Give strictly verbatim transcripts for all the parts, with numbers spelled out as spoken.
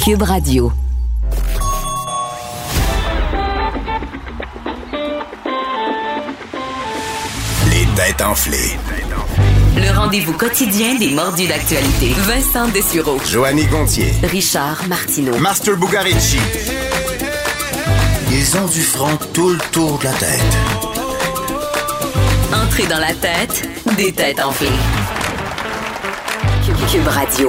Cube Radio. Les têtes enflées. Le rendez-vous quotidien des mordus d'actualité. Vincent Dessureau. Joanny Gontier. Richard Martineau. Master Bugarici. Ils ont du front tout le tour de la tête. Entrée dans la tête des têtes enflées. Cube Radio.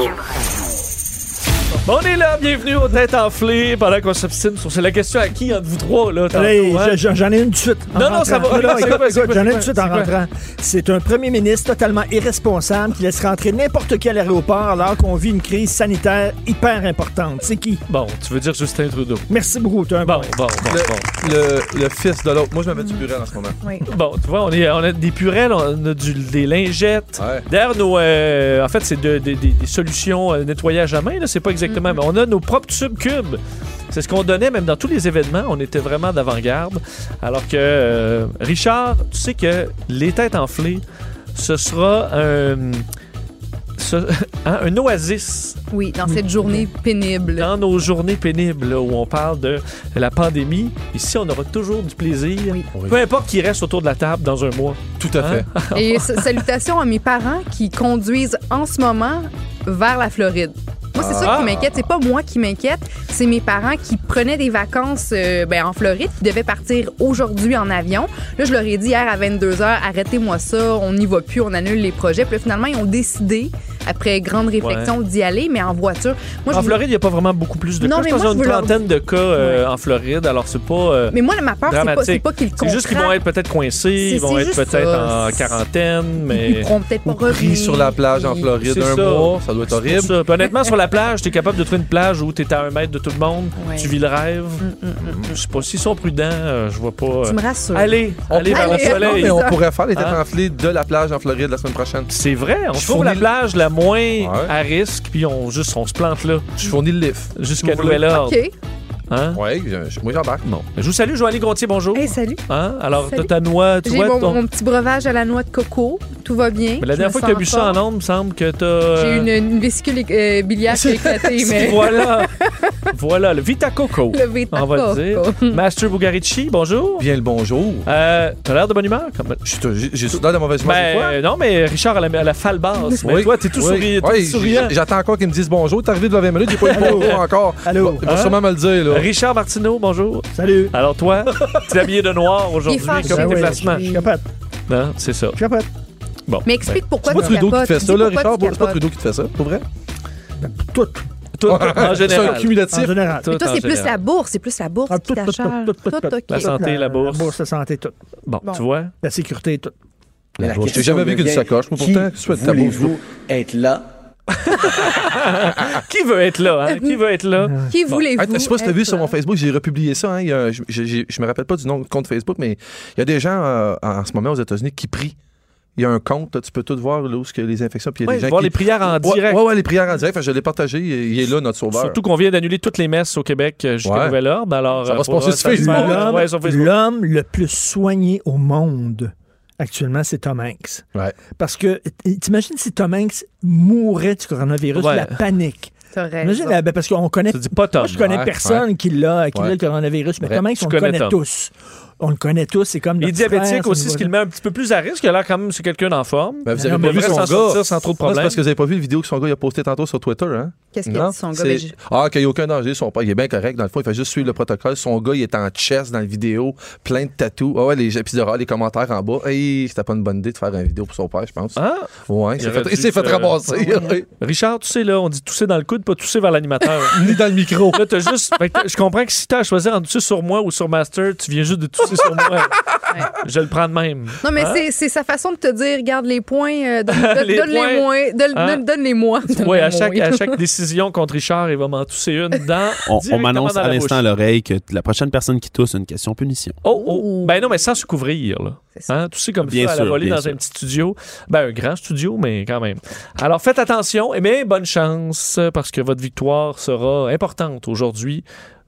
Bon, on est là, bienvenue aux têtes enflées. Pendant qu'on s'obstine sur c'est la question à qui entre vous trois là. Tantôt, Allez, hein? j'en, j'en ai une de suite. Non, non, ça va. Non, non, C'est quoi, c'est écoute, quoi, j'en ai c'est une de suite en quoi? rentrant. C'est un premier ministre totalement irresponsable qui laisse rentrer n'importe quel aéroport alors qu'on vit une crise sanitaire hyper importante. C'est qui? Bon, tu veux dire Justin Trudeau. Merci beaucoup. T'as un Bon, bon. bon, bon, bon. Le, le fils de l'autre. Moi, je m'avais du Purel en ce moment. Oui. Bon, tu vois, on, est, on a des purelles, on a du, des lingettes. Ouais. D'ailleurs, nos, euh, en fait, c'est de, de- de- des solutions euh, nettoyage à main, là, c'est pas exactement, mais on a nos propres tubes Cube. C'est ce qu'on donnait même dans tous les événements. On était vraiment d'avant-garde. Alors que, euh, Richard, tu sais que les têtes enflées, ce sera un, ce- hein, un oasis Oui, dans cette journée pénible. dans nos journées pénibles là, où on parle de la pandémie. Ici, on aura toujours du plaisir. Oui. Peu importe qui reste autour de la table dans un mois. Tout à fait. Et s- salutations à mes parents qui conduisent en ce moment vers la Floride. Moi, c'est ça Ah. qui m'inquiète. C'est pas moi qui m'inquiète, c'est mes parents qui prenaient des vacances euh, ben, en Floride, qui devaient partir aujourd'hui en avion. Là, je leur ai dit hier à vingt-deux heures, arrêtez-moi ça, on n'y va plus, on annule les projets. Puis là, finalement, ils ont décidé, après grande réflexion, d'y aller, mais en voiture. Moi, En je Floride, il n'y a pas vraiment beaucoup plus de Non, cas. mais Je pense moi, qu'il y a je une veux leur trentaine de cas euh, Ouais. en Floride, alors c'est pas euh, Mais moi, ma peur, c'est pas, dramatique. c'est pas qu'ils le C'est comprennent. juste qu'ils vont être peut-être coincés, C'est- ils vont c'est être juste peut-être ça. en quarantaine, mais... Ils pourront peut-être pas Ou pris revenir. sur la plage en Floride C'est un ça. mois. Ça doit être C'est horrible. pour ça. Puis honnêtement, sur la plage, tu es capable de trouver une plage où tu es à un mètre de tout le monde, Ouais. tu vis le rêve. Mm, mm, mm. Je sais pas, s'ils sont prudents, euh, je vois pas... euh, Tu me rassures. Allez, allez vers le Allez, Non, soleil. mais on ça. pourrait faire les têtes Hein? enflées de la plage en Floride la semaine prochaine. C'est vrai, on Je trouve la fournis- plage la moins Ouais. à risque, puis on, juste, on se plante là, Je fournis le lift. jusqu'à Vous nouvel ordre. OK. Hein? Oui, moi j'embarque. Bon. Je vous salue, Joanny Gontier, bonjour. Hey, salut. Hein? Alors, Salut. t'as ta noix, tu J'ai vois, mon, ton... mon petit breuvage à la noix de coco. Tout va bien. Mais la Je dernière me fois que tu as sens bu ça en fort. ondes, il me semble que tu as... J'ai une, une vésicule euh, biliaire qui a éclaté, mais Voilà. Voilà, le Vita Coco. le Vita On va Coco. le dire. Master Bugarici, bonjour. Bien le bonjour. Euh, t'as l'air de bonne humeur? Comme... Je suis- J'ai j'ai soudain de mauvaise humeur des fois. Ben, non, mais Richard a la, à la falle basse. Mais Oui. toi, t'es tout, Oui. souri... tout Oui, souriant. j- J'attends encore qu'ils me disent bonjour. T'es arrivé de vingt minutes, j'ai pas eu de bonjour encore. Allô? Il va Hein? sûrement me le dire, là. Richard Martineau, bonjour. Salut. Alors toi, tu es habillé de noir aujourd'hui, Il est fâché. comme Ben oui, déplacement. Je capote. Non, c'est ça. Je capote. Bon. Mais explique pourquoi C'est pas tu Trudeau qui capotes. te fait Dis ça, là, pourquoi Richard. tu C'est pas capotes. Trudeau qui te fait ça, pour vrai? Tout. Tout, en C'est un général. cumulatif. En général. Tout Mais toi, en c'est plus général. la bourse. C'est plus la bourse Ah, qui tout, tout, t'achète. tout, tout, tout, Tout, OK. La santé, la bourse. La bourse, la santé, tout. Bon, Bon. tu vois. La sécurité, tout. Mais la Je t'ai question jamais vu qu'une devient, sacoche. Moi, qui pourtant, que ce soit de ta bourse. voulez-vous être là? Qui veut être là, hein? Qui veut être là? Qui Bon. voulez-vous? Hey, je sais pas si t'as vu être sur mon là? Facebook, j'ai republié ça. Hein, il y a- je, je, je me rappelle pas du nom de compte Facebook, mais il y a des gens euh, en ce moment aux États-Unis qui prient. Il y a un compte, là, tu peux tout voir là, où ce que les infections, puis il y a Ouais, des gens voir qui... les prières en Ouais, direct. Ouais, ouais, les prières en direct. Fait que je l'ai partagé. Il est là, notre sauveur. Surtout qu'on vient d'annuler toutes les messes au Québec euh, jusqu'à Ouais. nouvel ordre. Alors, Ça va euh, se faudra passer sur se faire- Facebook. Ouais, sur Facebook. L'homme le plus soigné au monde, actuellement, c'est Tom Hanks. Ouais. Parce que, t- t'imagines si Tom Hanks mourait du coronavirus, Ouais. la panique. T'as raison. Imagine, la- ben, parce qu'on connaît. Tu dis pas Tom. Moi, je connais Ouais, personne qui l'a, qui Ouais. l'a le coronavirus, mais Ouais. Tom Hanks, Tu on le connais connaît Tom. tous. On le connaît tous, c'est comme Il est notre frère, diabétique son aussi, ce voisin. qui le met un petit peu plus à risque. Il a l'air quand même, c'est quelqu'un en forme. Ben, vous Non, avez mais pas vu devrait son s'en gars. sortir sans trop de Non, c'est problèmes. parce que vous avez pas vu la vidéo que son gars il a posté tantôt sur Twitter, hein? Qu'est-ce qu'il a Non, dit son gars? c'est- Ben, j'ai- Ah, qu'il n'y a aucun danger. Son père, il est bien correct. Dans le fond, il fait juste suivre le protocole. Son gars, il est en chest dans la vidéo, plein de tatous. Ah ouais, les, puis de- les commentaires en bas. Hey, c'était pas une bonne idée de faire une vidéo pour son père, je pense. Ah? Ouais, il Il s'est aurait fait, dû il s'est fait se- ramasser. ouais. Richard, tu sais, là, on dit tousser dans le coude, pas tousser vers l'animateur. Ni dans le micro. Là, t'as juste. Fait que je comprends que si t'as à choisir entre tousser sur moi ou sur Master, tu viens juste de tousser sur moi. Je le prends de même. Non, mais Hein? c'est, c'est sa façon de te dire, regarde les points, euh, donne, donne- Les donne-les points. moins, donne, Hein? donne- donne-les-moi. Oui, Donne-les à chaque, moins. à chaque décision contre Richard, il va m'en tousser une dans. On, on directement m'annonce dans à la l'instant à bouche. l'oreille que la prochaine personne qui tousse a une question punition. Oh, oh. Ben non, mais sans se couvrir, là. C'est ça. Hein? Tousser comme Bien ça à la sûr, volée bien dans sûr. un petit studio. Ben, un grand studio, mais quand même. Alors, faites attention, mais bonne chance, parce que votre victoire sera importante aujourd'hui.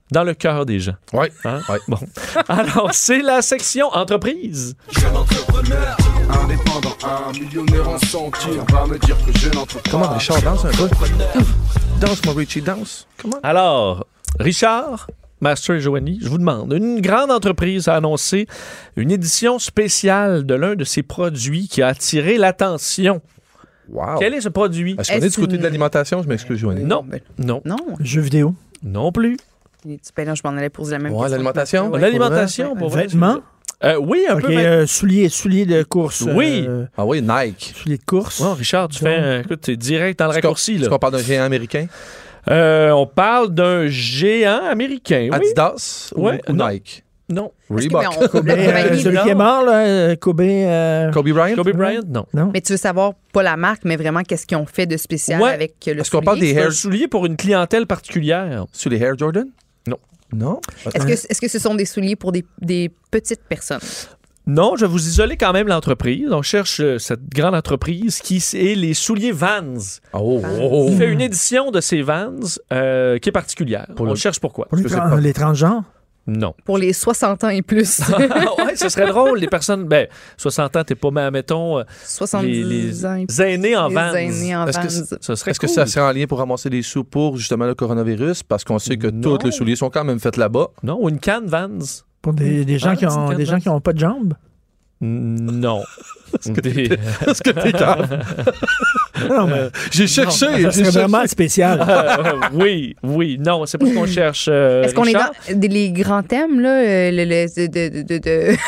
dans le cœur des gens. Oui. Hein? Ouais. Bon. Alors, c'est la section entreprise. Jeune entrepreneur, indépendant, un millionnaire en sentier. On va me dire que je n'entre pas. Comment Richard danse un peu? Danse, mon Richie, danse. Comment? Alors, Richard, Master et Joanie, je vous demande, une grande entreprise a annoncé une édition spéciale de l'un de ses produits qui a attiré l'attention. Wow. Quel est ce produit? Est-ce qu'on est, Est-ce du côté une- de l'alimentation? Je m'excuse, Joanie. Non, non, Non. Jeux vidéo. non plus. Ben non, je m'en allais poser la même Ouais, question. l'alimentation. Ouais. L'alimentation, pour vrai. Vêtements. Euh, oui, un OK, peu. vêtements. euh, souliers, souliers de course. Oui. euh, Ah oui, Nike. souliers de course. Oh, Richard, tu fais, euh, écoute, t'es direct dans le Est-ce qu'on- raccourci, Est-ce là. qu'on parle d'un géant américain? Euh, on parle d'un géant américain, oui. Adidas ou, Ouais, ou non. Nike? Non. Est-ce que, Reebok. ben, on- la Kobe, euh, compagnie- celui non. qui est mort, là, euh, Kobe. euh, Kobe Bryant? Kobe Bryant, non. Non. Mais tu veux savoir, pas la marque, mais vraiment qu'est-ce qu'ils ont fait de spécial Ouais. avec le Est-ce qu'on parle soulier? des C'est un Air... soulier pour une clientèle particulière. Sur les Air Jordan? Non. Non? Est-ce que, est-ce que ce sont des souliers pour des, des petites personnes? Non, je vais vous isoler quand même l'entreprise. On cherche euh, cette grande entreprise qui est les souliers Vans. Oh, Vans. oh, oh. Il fait une édition de ces Vans euh, qui est particulière. Pour On le- cherche pourquoi. Pour les, Est-ce que c'est tran- pas- les transgenres. Non. Pour les soixante ans et plus. ouais, ce serait drôle. Les personnes, ben, soixante ans, t'es pas, mais mettons, euh, soixante-dix les, les ans et plus. aînés en Les Vans. aînés en Est-ce que Vans. c'est- Ce serait Est-ce que cool. ça serait en lien pour ramasser des sous pour justement le coronavirus? Parce qu'on sait que Non. tous les souliers sont quand même faits là-bas. Non, ou une canne Vans. Pour des, des gens Ah, qui ont c'est des gens qui ont pas de jambes. Non. Des- Est-ce que t'es calme? Non, mais J'ai cherché. ça j'ai serait cherché. vraiment spécial. Euh, oui, oui. Non, c'est pas ce qu'on cherche. euh, Est-ce qu'on est Richard. dans des- les grands thèmes, là? euh, Le, le- de, de, de, de-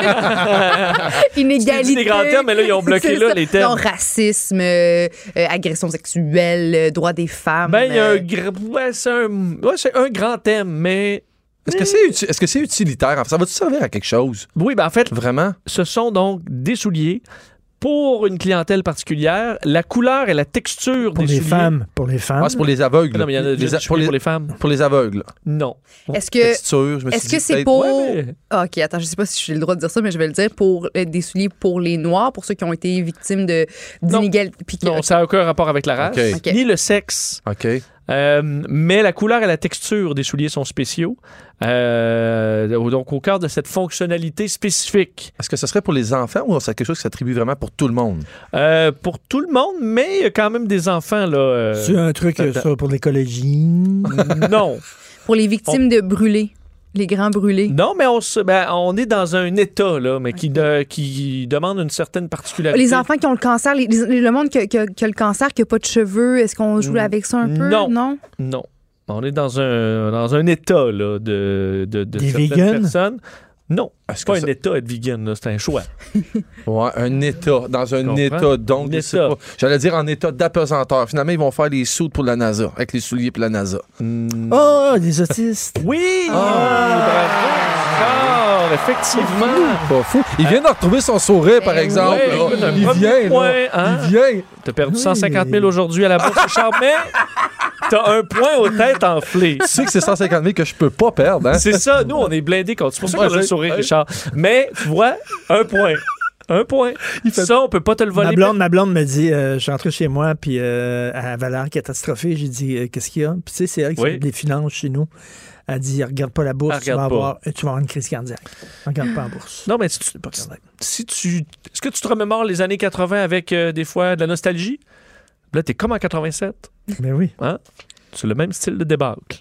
Inégalité. Tu dis des grands thèmes, mais là, ils ont bloqué C'est là, ça. les thèmes. Non, racisme, euh, euh, agression sexuelle, euh, droits des femmes. Ben, il y a un, euh, gr- ouais, c'est un, ouais, c'est un grand thème, mais Est-ce que c'est uti- est-ce que c'est utilitaire? Ça va-tu servir à quelque chose? oui, ben en fait, Vraiment? ce sont donc des souliers pour une clientèle particulière. La couleur et la texture Pour des les souliers. femmes. Pour les femmes. Ah, c'est pour les aveugles. Non, mais il y en a Les des a- pour, les, pour les femmes. pour les aveugles. Non. Est-ce que, Texture, je me suis est-ce dit que c'est peut-être- pour. Ouais, mais- Ah, OK, attends, je sais pas si j'ai le droit de dire ça, mais je vais le dire. Pour euh, des souliers pour les Noirs, pour ceux qui ont été victimes de, Non. d'inégalité. Puis qui- Non, ça n'a aucun rapport avec la race, OK. OK. ni le sexe. OK. Euh, mais la couleur et la texture des souliers sont spéciaux. Euh, donc, au cœur de cette fonctionnalité spécifique. Est-ce que ce serait pour les enfants ou c'est quelque chose qui s'attribue vraiment pour tout le monde? Euh, pour tout le monde, mais il y a quand même des enfants, là. euh, C'est un truc euh, attends. ça, pour l'écologie. non. Pour les victimes de brûlés. Les grands brûlés. Non, mais on, se, ben, on est dans un état, là, mais qui, de- qui demande une certaine particularité. Les enfants qui ont le cancer, les- les- le monde qui a, qui a- qui a le cancer, qui n'a pas de cheveux, est-ce qu'on joue Mm. avec ça un peu? Non. Non. Non. On est dans un, dans un état, là, de, de, de Des certaines vegans? personnes. Non. Est-ce C'est pas que un ça- état être vegan, là, c'est un choix. Ouais, un état. Dans un comprends? état, donc. Un je sais état. pas. J'allais dire en état d'apesanteur. Finalement, ils vont faire les sous pour la NASA, avec les souliers pour la NASA. Mm. Oh, des autistes. Oui! Ah. Bravo! Richard, effectivement! Pas fou. Il vient de retrouver son sourire, par Ben exemple. ouais, là. écoute, un il premier vient, point, là. hein? Il vient. T'as perdu Oui. cent cinquante mille aujourd'hui à la bourse, Richard, mais t'as un point aux têtes enflées. Tu sais que c'est cent cinquante mille que je peux pas perdre, hein? C'est ça, nous, on est blindés contre. C'est pour ça Moi, qu'on a le j'ai- sourire, ouais. Richard. Mais, tu vois, un point. Un point. Ça, on peut pas te le voler. Ma blonde, ma blonde me dit, euh, je suis rentré chez moi, puis euh, à Valère, catastrophée, j'ai dit, euh, qu'est-ce qu'il y a? Puis tu sais, c'est elle qui Oui. fait des finances chez nous. Elle dit, regarde pas la bourse, Elle tu, vas regarde pas. avoir, tu vas avoir une crise cardiaque. Regarde pas la bourse. Non, mais si tu, Pas cardiaque. si tu- est-ce que tu te remémores les années quatre-vingts avec euh, des fois de la nostalgie? Là, t'es comme en quatre-vingt-sept. Mais oui. Hein? C'est le même style de débâcle.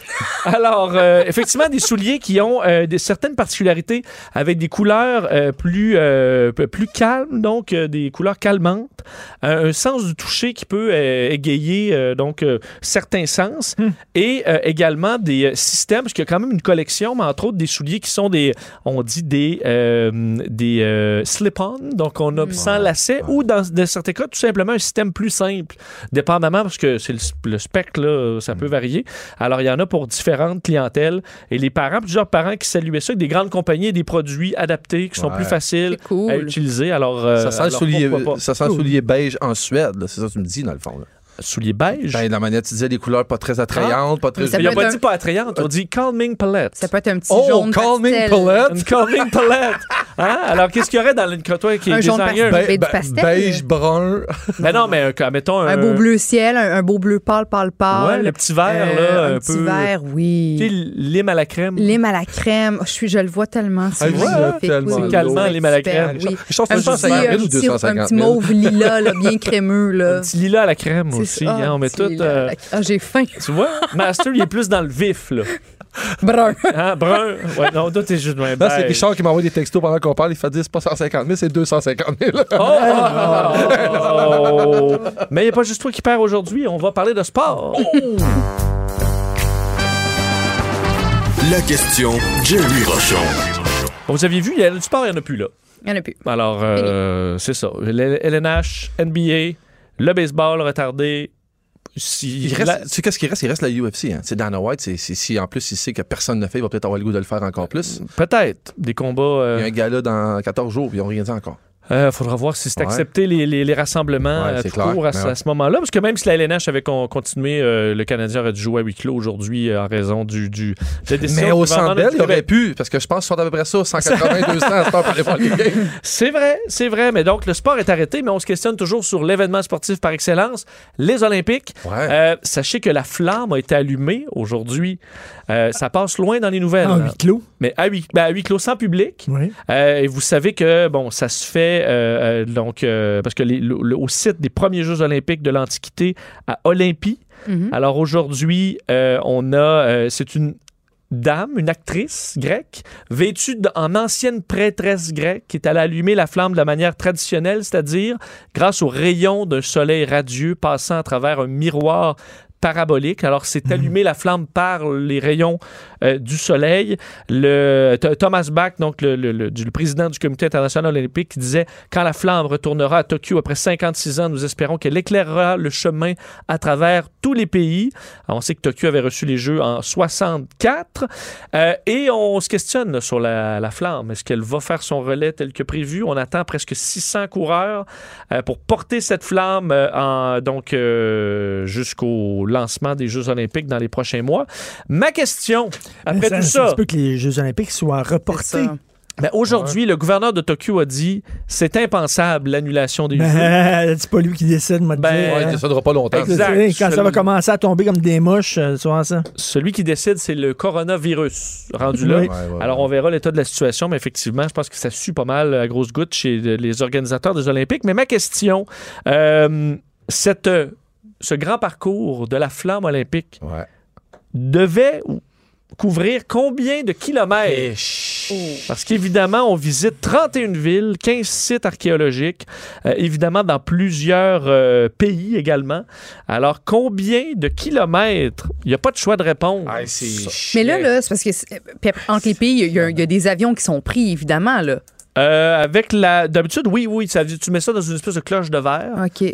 Alors, euh, effectivement, des souliers qui ont euh, des, certaines particularités avec des couleurs euh, plus, euh, p- plus calmes, donc euh, des couleurs calmantes, euh, un sens du toucher qui peut euh, égayer euh, donc euh, certains sens, Hmm. et euh, également des euh, systèmes, parce qu'il y a quand même une collection, mais entre autres des souliers qui sont des, on dit des, euh, des euh, slip-on, donc on a sans lacet, ou dans, dans certains cas, tout simplement un système plus simple, dépendamment, parce que c'est le, le spectre, là, ça peut varier. Alors, il y en a pour différentes clientèles. Et les parents, plusieurs parents qui saluaient ça avec des grandes compagnies et des produits adaptés qui sont Ouais. plus faciles C'est cool. à utiliser. Alors, euh, Ça sent le alors soulier, pourquoi pas? ça sent le soulier beige en Suède, là. C'est ça que tu me dis, dans le fond. Là. Soulier beige. Ben, la manière, tu disais les couleurs pas très attrayantes, pas très. Mais ça Mais ils peut n'ont pas être dit un- pas attrayante, on dit calming palette. Ça peut être un petit Oh, jaune calming pastel. palette. Une calming palette. Hein? Alors, qu'est-ce qu'il y aurait dans le toi qui est Un jaune designer? pastel. Ben, du pastel. beige, brun. Ben non, mais euh, mettons un, Un beau bleu ciel, un, un beau bleu pâle, pâle, pâle. Ouais, le petit vert, Euh, là, un, un petit peu- vert, oui. Tu sais, lime à la crème. Lime à la crème. Oh, je, suis, je le vois tellement. C'est Ah, oui, magnifique. tellement oui, oui, calmant, oui, lime à la super, crème. oui. Je pense que Un c'est petit, cent cinquante mille un ou petit- deux cent un cinquante petit mille. mauve lilas, là, bien crémeux. Là. Un petit lilas à la crème C'est aussi. ça. Hein, on Ah, met petit tout. lilas à euh, la- Ah, j'ai faim. Tu vois, Master, il est plus dans le vif, là. Brun. Hein, brun. Ouais, non, toi, t'es juste moins Là, c'est Richard qui m'a envoyé des textos pendant qu'on parle. Il fait dire c'est pas cent cinquante mille, c'est deux cent cinquante mille. Oh, oh, oh, oh. Mais il n'y a pas juste toi qui perds aujourd'hui. On va parler de sport. La question Jerry Rochon. Vous aviez vu, il y a le sport, il n'y en a plus là. Il n'y en a plus. Alors, euh, c'est ça. L- L N H, N B A, le baseball retardé. Si, Il reste, la- Tu sais qu'est-ce qui reste? Il reste la U F C. Hein. C'est Dana White. C'est, c'est, si en plus il sait que personne ne fait, il va peut-être avoir le goût de le faire encore plus. Peut-être des combats. euh, Il y a un gala dans quatorze jours, puis ils n'ont rien dit encore. Euh, faudra voir si c'est Ouais. accepté les, les, les rassemblements Ouais, euh, c'est trop clair. courts à, Mais ce- ouais. à ce moment-là. Parce que même si la L N H avait con- continué, euh, le Canadien aurait dû jouer à huis clos aujourd'hui euh, en raison du, du, de la décision Mais au du gouvernement Centre Bell, du il aurait Québec. pu, parce que je pense qu'ils sont à peu près ça, cent quatre-vingts deux cents à ce temps pour aller voir les games. C'est vrai, c'est vrai. Mais donc, le sport est arrêté, mais on se questionne toujours sur l'événement sportif par excellence, les Olympiques. Ouais. Euh, sachez que la flamme a été allumée aujourd'hui. Euh, ça passe loin dans les nouvelles. En hein. huis clos. Mais à huis, ben, à huis clos sans public. Oui. Euh, et vous savez que bon, ça se fait euh, euh, donc euh, parce que les- le- le- au site des premiers Jeux olympiques de l'Antiquité à Olympie. Mhm. Alors aujourd'hui, euh, on a euh, c'est une dame, une actrice grecque, vêtue de- en ancienne prêtresse grecque, qui est allée allumer la flamme de la manière traditionnelle, c'est-à-dire grâce aux rayons d'un soleil radieux passant à travers un miroir parabolique. Alors, c'est allumer la flamme par les rayons euh, du soleil. Le, Th- Thomas Bach, donc le, le- le- du- le président du Comité international olympique, qui disait « Quand la flamme retournera à Tokyo après cinquante-six ans, nous espérons qu'elle éclairera le chemin à travers tous les pays. » Alors, on sait que Tokyo avait reçu les Jeux en soixante-quatre. Euh, et on se questionne là, sur la, la flamme. Est-ce qu'elle va faire son relais tel que prévu? On attend presque six cents coureurs euh, pour porter cette flamme euh, en, donc, euh, jusqu'au lancement des Jeux olympiques dans les prochains mois. Ma question, après ça, tout ça ça, se peut que les Jeux olympiques soient reportés. ça. ben, aujourd'hui, le gouverneur de Tokyo a dit c'est impensable l'annulation des Jeux. Ben, c'est pas lui qui décide, moi, de Ben, dire, Ouais, hein. ça ne durera pas longtemps. Exact. Tu sais, Quand ça Celui- va commencer à tomber comme des mouches, euh, souvent ça. Celui qui décide, c'est le coronavirus rendu là. Oui. Ouais, ouais, Alors, ouais. on verra l'état de la situation, mais effectivement, je pense que ça sue pas mal à grosse goutte chez les organisateurs des Olympiques. Mais ma question, euh, cette, ce grand parcours de la flamme olympique Ouais. devait couvrir combien de kilomètres? Eh, chut. Parce qu'évidemment, on visite trente et une villes, quinze sites archéologiques, euh, évidemment dans plusieurs euh, pays également. Alors, combien de kilomètres? Il n'y a pas de choix de réponse. Ah, c'est Mais là, chiant. là c'est parce que c'est- puis entre les pays, il y, a- il y a des avions qui sont pris, évidemment. Là. Euh, avec la... D'habitude, oui, oui, ça, tu mets ça dans une espèce de cloche de verre OK.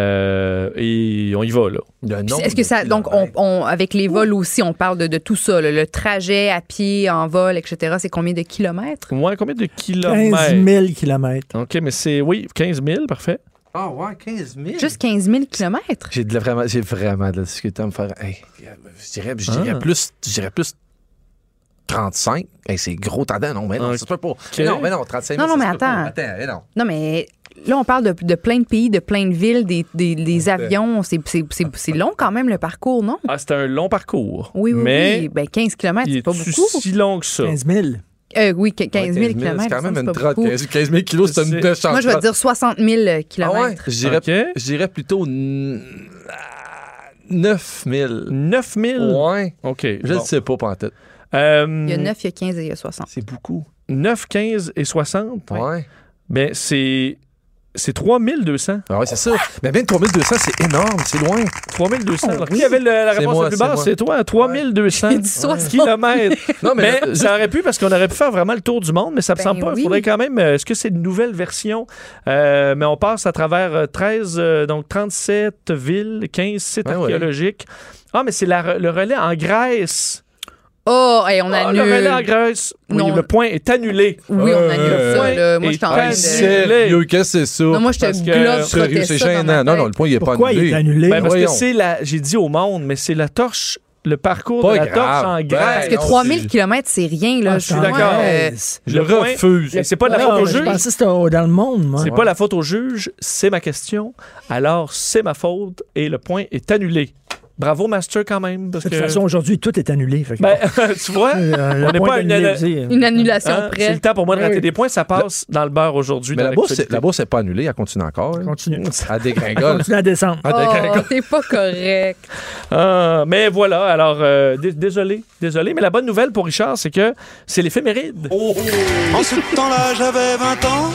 euh, et on y va, là. Le nombre Est-ce que de ça. Donc, on, kilomètres. on- avec les vols aussi, on parle de, de tout ça. là, le trajet à pied, en vol, et cetera. C'est combien de kilomètres? Ouais, combien de quinze kilomètres? mille kilomètres. OK, mais c'est... Oui, quinze mille, parfait. Ah ouais, quinze mille. Juste quinze mille kilomètres? J'ai, de la- vraiment, j'ai vraiment de la difficulté à me faire. Hey, je dirais, je dirais Ah. plus. Je dirais plus. trente-cinq. Hey, c'est gros tendant, non, mais non, Ok. ça se peut pas. Mais non, mais non, trente-cinq mille. Non, non, ça mais se peut pas. attends. Attends, mais non. Non, mais là, on parle de, de plein de pays, de plein de villes, des, des, des avions. C'est, c'est, c'est, c'est long quand même, le parcours, non? Ah, c'est un long parcours. Oui, oui, mais oui. Ben, quinze kilomètres, il c'est pas est-tu beaucoup. si long que ça? quinze mille. Euh, oui, quinze mille Ouais, kilomètres. C'est quand même ça, une c'est pas trente. beaucoup. quinze quinze mille kilos, c'est une C'est- méchante. Moi, je vais te dire soixante mille Ah ouais? kilomètres. Je dirais, OK. je dirais plutôt n- ah, neuf mille. neuf mille? Ouais. OK. Je ne bon. sais pas, pas en tête. Euh, Il y a neuf, il y a quinze et il y a soixante. C'est beaucoup. neuf, quinze et soixante? Ouais. Ben, c'est... C'est trois mille deux cents. Ah ouais, c'est ça. Mais bien trois mille deux cents, c'est énorme, c'est loin. trois mille deux cents. Oh, Alors, oui. qui avait le- la C'est réponse moi, la plus c'est basse? moi. C'est toi, trois mille deux cents J'ai dit soixante. kilomètres. Non, mais, Mais ça aurait pu, parce qu'on aurait pu faire vraiment le tour du monde, mais ça me Ben semble pas. Il oui. faudrait quand même. euh, Est-ce que c'est une nouvelle version? Euh, mais on passe à travers euh, treize, euh, donc trente-sept villes, quinze sites Ben ouais. archéologiques. Ah, mais c'est la re- le relais en Grèce. Oh, hey, on Ah, annule. le relais en Grèce. Oui, Non. le point est annulé. Oui, on annule Euh, ça. Là. Moi, et je suis en train pas de. Sérieux, qu'est-ce que c'est ça? Non, moi, je te Parce que- globe Sérieux, c'est gênant. Non, non, le point, il est pas Pourquoi il annulé. est annulé? Ben, parce voyons. que c'est la. J'ai dit au monde, mais c'est la torche le parcours Pas de la grave. torche en Ben, grave. Parce que non, trois mille c'est- kilomètres, c'est rien. Là. Ah, Je suis suis d'accord. euh, Je Le point- refuse. Et c'est pas de la Ah, faute au je juge. pensais que c'était au- dans le monde, moi. C'est pas la faute au juge, c'est ma question. Alors, c'est ma faute et le point est annulé. Bravo, Master, quand même. Parce De toute que... façon, aujourd'hui, tout est annulé. Fait que- Ben, tu vois, Euh, le on n'est point pas à est une, annulé annu- aussi. une annulation hein, c'est près. le temps pour moi de rater Oui. des points. Ça passe dans le beurre aujourd'hui. Mais dans la bourse, l'actualité. la bourse n'est pas annulée, elle continue encore. hein. Continue. Elle dégringole. Continue à descendre. Elle Oh, dégringole. t'es pas correct. Ah, mais voilà, alors, euh, d- désolé, désolé. Mais la bonne nouvelle pour Richard, c'est que c'est l'éphéméride. En ce temps-là, j'avais vingt ans.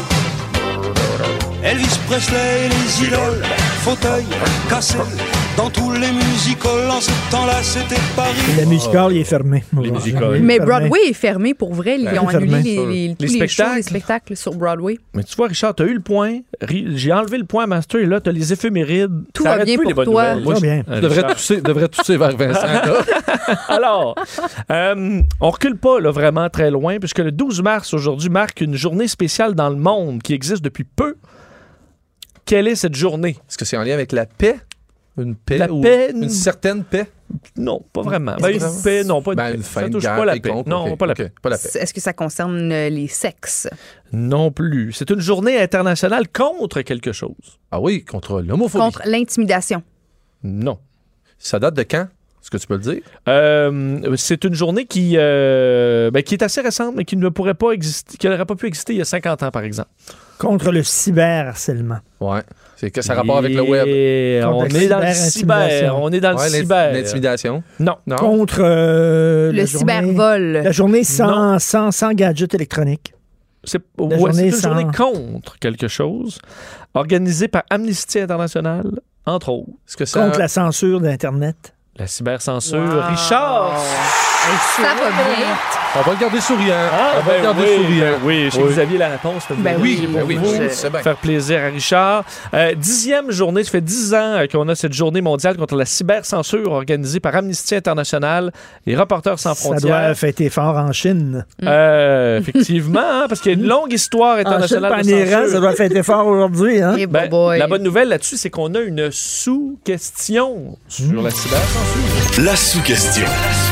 Elvis Presley et les idoles, fauteuil cassé. Dans tous les musicals, en ce temps-là, c'était Paris. Le musical, il est fermé. Les musicals. Mais Fermé. Broadway est fermé pour vrai. Ils Ben, ont fermé. annulé les, les, tous Les les, shows, spectacles. les spectacles sur Broadway. Mais tu vois, Richard, tu as eu le point. Ri- J'ai enlevé le point à Master et là, tu as les éphémérides. Tout Ça va arrête bien plus, les pour bonnes toi. nouvelles. Ça va bien. Euh, Je devrais Richard. tousser, devrais tousser vers Vincent. là. Alors, euh, on recule pas là, vraiment très loin, puisque le douze mars aujourd'hui marque une journée spéciale dans le monde qui existe depuis peu. Quelle est cette journée? Est-ce que c'est en lien avec la paix? Une paix La ou paix, une certaine paix? Non, pas vraiment. Ben, une paix, non, pas une Ben, paix. une fin Ça de touche guerre pas la quelconque, paix. Non, ok, pas la ok, paix. pas la paix. Est-ce que ça concerne euh, les sexes? Non plus. C'est une journée internationale contre quelque chose. Ah oui, contre l'homophobie. Contre l'intimidation. Non. Ça date de quand? Est-ce que tu peux le dire? Euh, c'est une journée qui, euh, ben, qui est assez récente, mais qui ne pourrait pas exister, qui n'aurait pas pu exister il y a cinquante ans, par exemple. Contre le cyberharcèlement. Ouais. C'est que ça a rapport avec le web. Et Contre on la est dans le cyber-intimidation. cyber. On est dans le Ouais, l'int- cyber. L'intimidation. Non. Non. Contre euh, Le la journée- cybervol. La journée sans, sans, sans gadget électronique. C'est La ouais, journée c'est une sans- journée contre quelque chose, organisée par Amnesty International, entre autres. Est-ce que ça... Contre la censure d'Internet. La cybercensure. Wow. Richard! Ça va bien. On va le garder souriant. Ah, On va ben le garder oui, souriant. ben oui, je sais que Oui. vous aviez la réponse. ça fait Ben plaisir oui, pour Ben oui, vous. je sais bien. Faire plaisir à Richard. Euh, dixième journée, ça fait dix ans euh, qu'on a cette journée mondiale contre la cybercensure organisée par Amnesty International et Reporters sans Ça doit frontières. fêter fort en Chine. Euh, effectivement, hein, parce qu'il y a une longue histoire En Chine, internationale pas en de Iran, censure. ça doit fêter fort aujourd'hui. Hein? Et Ben, boy. la bonne nouvelle là-dessus, c'est qu'on a une sous-question sur la cybercensure. La sous-question.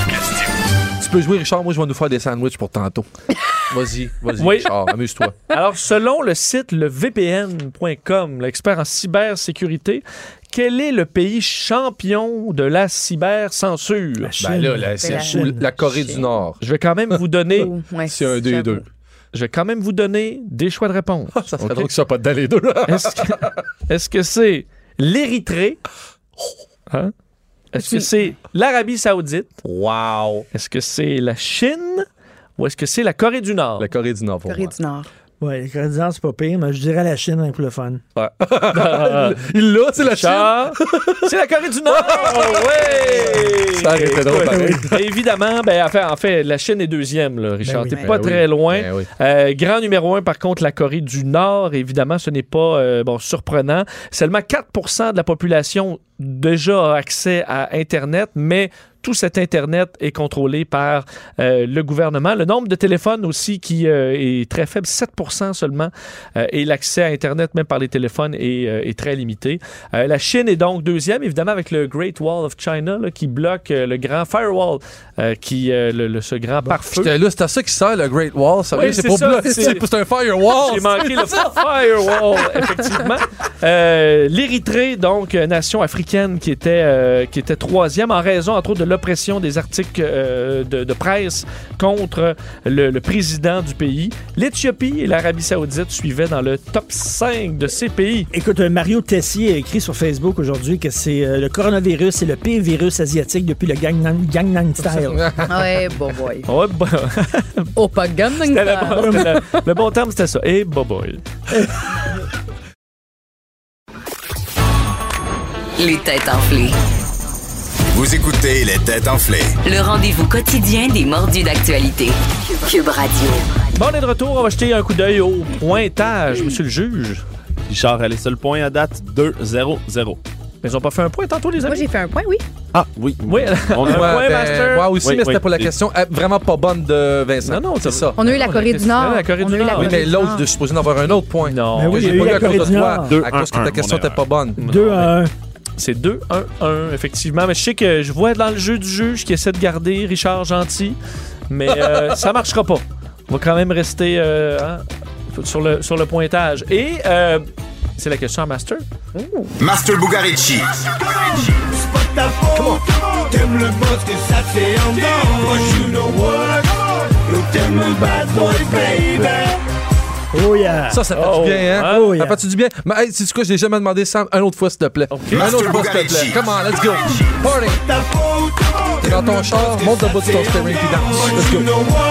Tu peux jouer, Richard. Moi, je vais nous faire des sandwichs pour tantôt. Vas-y, vas-y, Oui. Richard. Amuse-toi. Alors, selon le site le V P N point com, l'expert en cybersécurité, quel est le pays champion de la cybercensure? La Chine. Ben là, la, c'est la la, Chine. la Corée du Nord. Je vais quand même vous donner, Oh, ouais, C'est un des j'avoue. deux. je vais quand même vous donner des choix de réponse. Ça serait Ok? drôle que ça soit pas dans les deux. Est-ce que, est-ce que c'est l'Érythrée? Hein? Est-ce que c'est l'Arabie Saoudite? Wow. Est-ce que c'est la Chine? Ou est-ce que c'est la Corée du Nord? La Corée du Nord, pour Corée moi. du Nord. Ouais, les Canadiens, c'est pas pire, mais je dirais la Chine, hein, pour le fun. Il l'a, c'est la Chine. Richard, c'est la Corée du Nord! oui! Ça aurait été drôle, pareil. Évidemment, ben, en, fait, en fait, la Chine est deuxième, là, Richard. Ben oui. T'es Ben pas oui. très loin. Ben oui. Euh, grand numéro un, par contre, la Corée du Nord. Évidemment, ce n'est pas euh, bon, surprenant. Seulement quatre pour cent de la population déjà a accès à Internet, mais tout cet Internet est contrôlé par euh, le gouvernement. Le nombre de téléphones aussi qui euh, est très faible, sept pour cent seulement, euh, et l'accès à Internet, même par les téléphones, est, euh, est très limité. Euh, la Chine est donc deuxième, évidemment, avec le Great Wall of China là, qui bloque euh, le grand firewall, euh, qui, euh, le, le- ce grand pare-feu. J'étais là, c'est à ça qui sert le Great Wall. Ça Oui, veut dire, c'est c'est ça, pas bleu, c'est- c'est c'est un firewall. J'ai manqué le firewall, effectivement. Euh, L'Érythrée, donc, euh, nation africaine qui était, euh, qui était troisième en raison, entre autres, de l'oppression des articles euh, de, de presse contre le, le président du pays. L'Éthiopie et l'Arabie Saoudite suivaient dans le top cinq de ces pays. Écoute, euh, Mario Tessier a écrit sur Facebook aujourd'hui que c'est euh, le coronavirus, c'est le pire virus asiatique depuis le Gangnam, Gangnam Style. Ouais, bon boy. Ouais, bah, Oh, pas Gangnam c'était la Style. bonne- c'était la- le bon terme, c'était ça. Et bye bye. Les têtes enflées. Vous écoutez les têtes enflées. Le rendez-vous quotidien des mordus d'actualité. Cube Radio. Bon, on est de retour. On va jeter un coup d'œil au pointage, monsieur le juge. Richard a les seuls points à date deux zéro zéro. Mais ils n'ont pas fait un point tantôt, les Moi, amis? j'ai fait un point, oui. Ah, oui. Oui, On un est- point, Ouais, ben, Master. moi aussi, Oui, mais c'était oui. pour la question euh, vraiment pas bonne de Vincent. Non, non, c'est ça. On a eu la Non, Corée la du Nord. la Corée On du a eu la Nord. Oui, Corée mais du l'autre, Nord. je suis supposé en avoir un autre point. Non. Ben oui, Que il y j'ai a eu pas eu la à cause Corée de du toi, Nord. Deux, à cause un, que ta un, question on est n'était pas bonne. deux à un. C'est deux un un, effectivement. Mais je sais que je vois dans le jeu du juge qui essaie de garder Richard gentil, mais euh, ça marchera pas. On va quand même rester euh, hein, sur, le, sur le pointage. Et euh, c'est la question à Master. Ooh. Master Bugarici. C'est pas ta faute. T'aimes le boss que ça te fait en dedans. Moi, you know what? T'aimes le bad boy, baby. Oh yeah! Ça, ça fait Oh, du bien, hein? oh, yeah. Ça fait du bien. Mais hey, sais-tu quoi? Je l'ai jamais demandé, Sam. Un autre fois, s'il te plaît. Okay. Un autre fois, s'il te plaît. Come on, let's go. Party! T'es dans ton char, monte le bout de ton steering puis danse. Let's go.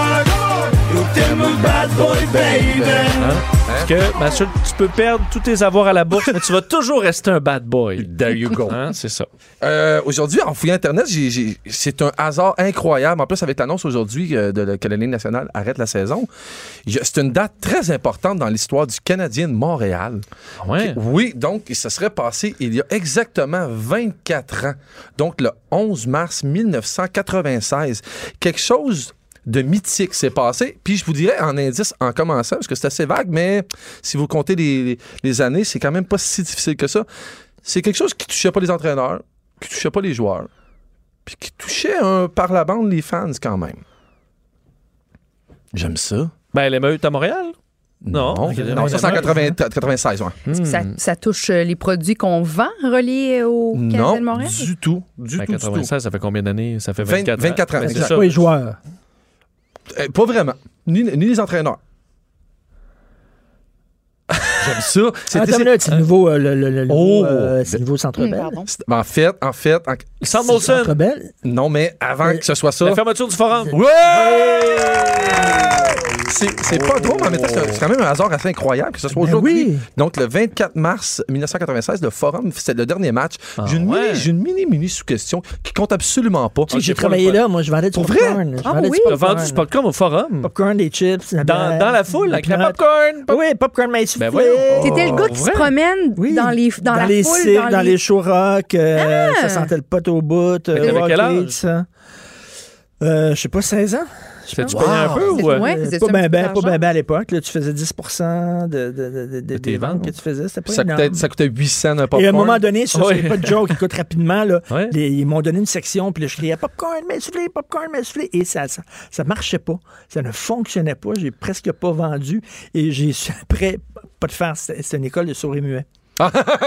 Hein? Parce que, Mathieu, tu peux perdre tous tes avoirs à la bourse, mais tu vas toujours rester un bad boy. There you go. Hein? C'est ça. Euh, aujourd'hui, en fouillant Internet, j'ai, j'ai, c'est un hasard incroyable. En plus, avec l'annonce aujourd'hui euh, de, que la Ligue nationale arrête la saison, c'est une date très importante dans l'histoire du Canadien de Montréal. Ouais. Oui, donc, ça serait passé il y a exactement vingt-quatre ans. Donc, le onze mars mille neuf cent quatre-vingt-seize. Quelque chose de mythique s'est passé. Puis je vous dirais en indice en commençant, parce que c'est assez vague, mais si vous comptez les, les, les années, c'est quand même pas si difficile que ça. C'est quelque chose qui touchait pas les entraîneurs, qui touchait pas les joueurs, puis qui touchait un, par la bande les fans quand même. J'aime ça. Ben, l'émeute à Montréal? Non. Non, Okay, non ça c'est en quatre-vingt-seize, ouais. Est-ce que ça, ça touche les produits qu'on vend reliés au Canadien Non, de Montréal? du tout. Du Ben, tout, quatre-vingt-seize, du tout. ça fait combien d'années? Ça fait vingt-quatre, vingt, vingt-quatre ans. Ben, c'est exact. ça. Pas les joueurs. Euh, pas vraiment. Ni, ni les entraîneurs. J'aime ça. C'est, Attends c'est, une minute, c'est le nouveau, euh, le, le, le, Oh! euh, c'est le nouveau Centre Hum, Bell. pardon. c'est- en fait, en fait, en- Centre C'est le Centre Molson. Bell. non, mais avant Euh, que ce soit ça. La fermeture du forum. Ouais! C'est, c'est pas drôle, mais en même temps, c'est, c'est quand même un hasard assez incroyable que ce soit Ben aujourd'hui. oui. Donc, le vingt-quatre mars mille neuf cent quatre-vingt-seize, le Forum, c'est le dernier match. Ah, j'ai, une ouais. mini, j'ai une mini, mini sous-question qui compte absolument pas. Tu sais, Ok, j'ai pas travaillé le fun. là, moi, je vendais du Pour vrai? popcorn. Je Ah vendais oui? du Tu as popcorn. vendu du popcorn au forum. Popcorn, des chips. la Dans, bière, dans la foule, avec la popcorn. Oui, popcorn mais soufflé. Ben voyons. T'étais le gars qui vrai? se promène Oui. dans, les, dans, la les foule, cirques, dans, dans les shows rock, euh, Ah! ça sentait le pot au bout. Mais t'avais quel âge? ça. Euh, je sais pas, seize ans. Fais-tu Wow. payer un peu C'est- ou... euh, ouais. Euh, c'est pas ça, bien un ben, petit pas ben, argent. ben à l'époque. Là, tu faisais dix pour cent de, de, de, de, de, tes des ventes ventes. que tu faisais. C'était pas Ça énorme. coûtait, ça coûtait huit cents un popcorn. Et à un moment donné, ça, Ouais. c'est pas de joke, écoute rapidement, là, Ouais. les- ils m'ont donné une section, puis là, je criais popcorn, mais soufflé, popcorn, mais soufflé. Et ça, ça, ça marchait pas. Ça ne fonctionnait pas. J'ai presque pas vendu. Et j'ai su après, pas de faire, c'était c'était une école de souris muets. Ben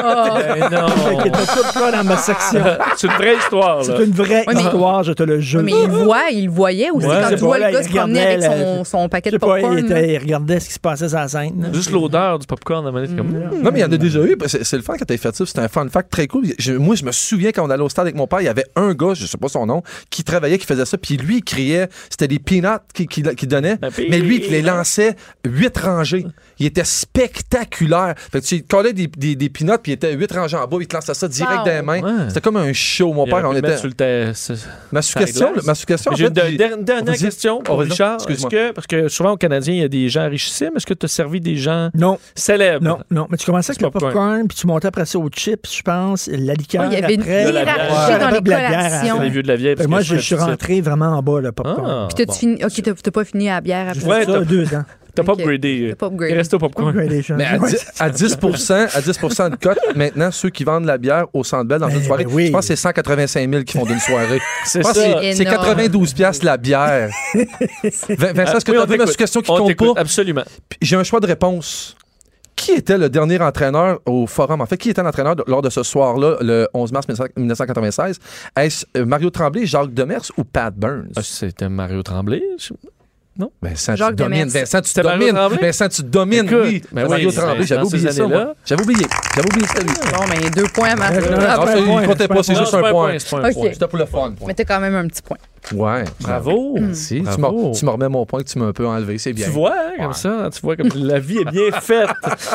non. Qui était tout là dans ma section. C'est une vraie histoire, là. C'est une vraie Ouais, mais- histoire, je te le jure. Oui, mais il voit, il voyait aussi Ouais. quand Je sais tu vois pas, là, le gars il se promener avec regardait, son, là, son paquet Je de sais pas, popcorn. il, là. était- il regardait ce qui se passait sur la scène. là. Juste l'odeur du popcorn à manette comme. Non, mais il y en a déjà eu. C'est, c'est le fun quand t'as fait ça. C'est un fun fact très cool. Je- moi, je me souviens quand on allait au stade avec mon père, il y avait un gars, je sais pas son nom, qui travaillait, qui faisait ça. Puis lui, il criait, c'était des peanuts qu'il qui, qui donnait. Un Mais lui, il les peanut. lançait huit rangées. Il était spectaculaire. Fait que tu collais des, des, des peanuts, puis il était huit rangées en bas, il te lançait ça direct Wow. dans les mains. Ouais. C'était comme un show. Mon Il père, aurait on pu le mettre était. sur le ta- ce- Ma suggestion, glace. ma suggestion, en J'ai fait, une de- j'ai- der- dernière Vas-y. question pour Oh, vas-y. Richard. Est-ce Excuse-moi. que, parce que souvent au Canadien, il y a des gens richissimes. Est-ce que tu as servi des gens Non, célèbres? non, non. Mais tu commençais avec Du le popcorn. popcorn, puis tu montais après ça aux chips, je pense, la liqueur. Oh, il y avait une après. la bière. hiérarchie Ouais. dans les De la bière, collations. C'est les vieux de la vieille. Fait parce que moi, que je, je suis fais tout rentré vraiment en bas, le popcorn. Ah, Puis t'as-tu bon. fini. Ok, t'as t'as pas fini à la bière après. J'ai Ouais, fait ça t'as- deux ans. T'as pas Ok. upgradé. T'as pas upgradé. Il est resté au popcorn. Upgradation. Mais à Ouais. dix, à dix pour cent, à dix pour cent de cote, maintenant, ceux qui vendent la bière au Centre Bell dans Ben une soirée, oui. je pense que c'est cent quatre-vingt-cinq mille qui font d'une soirée. C'est Je pense que ça. c'est, c'est Énorme. quatre-vingt-douze piastres la bière. Vin- Vincent, est-ce que Oui, tu on as vu ma t'écoute. suggestion qui On compte t'écoute, pas? Absolument. Puis j'ai un choix de réponse. Qui était le dernier entraîneur au Forum? En fait, qui était l'entraîneur de- lors de ce soir-là, le onze mars mille neuf cent quatre-vingt-seize? Est-ce euh, Mario Tremblay, Jacques Demers ou Pat Burns? Ah, C'était Mario Tremblay. je- Vincent, tu Jacques domines. Demers. Vincent, tu C'était Mario domines. Tremblay? Vincent, tu domines, Écoute, oui. ben oui, Mario c'est- Tremblay, j'avais dans ces oublié ça, années-là. moi. J'avais oublié. J'avais oublié ça, lui. Bon, mais deux points à ma Ouais, non, Ah, c'est pas ça, un il point, comptait c'est pas, pas c'est Non, juste c'est un pas point. c'est pas un Ok. point. C'était pour le fun. Mais t'as quand même un petit point. Ouais. Bravo. Merci. Tu Bravo. m'as- tu me remets mon point que tu m'as un peu enlevé, c'est bien. Tu vois, hein, comme Ouais. ça, tu vois comme la vie est bien faite.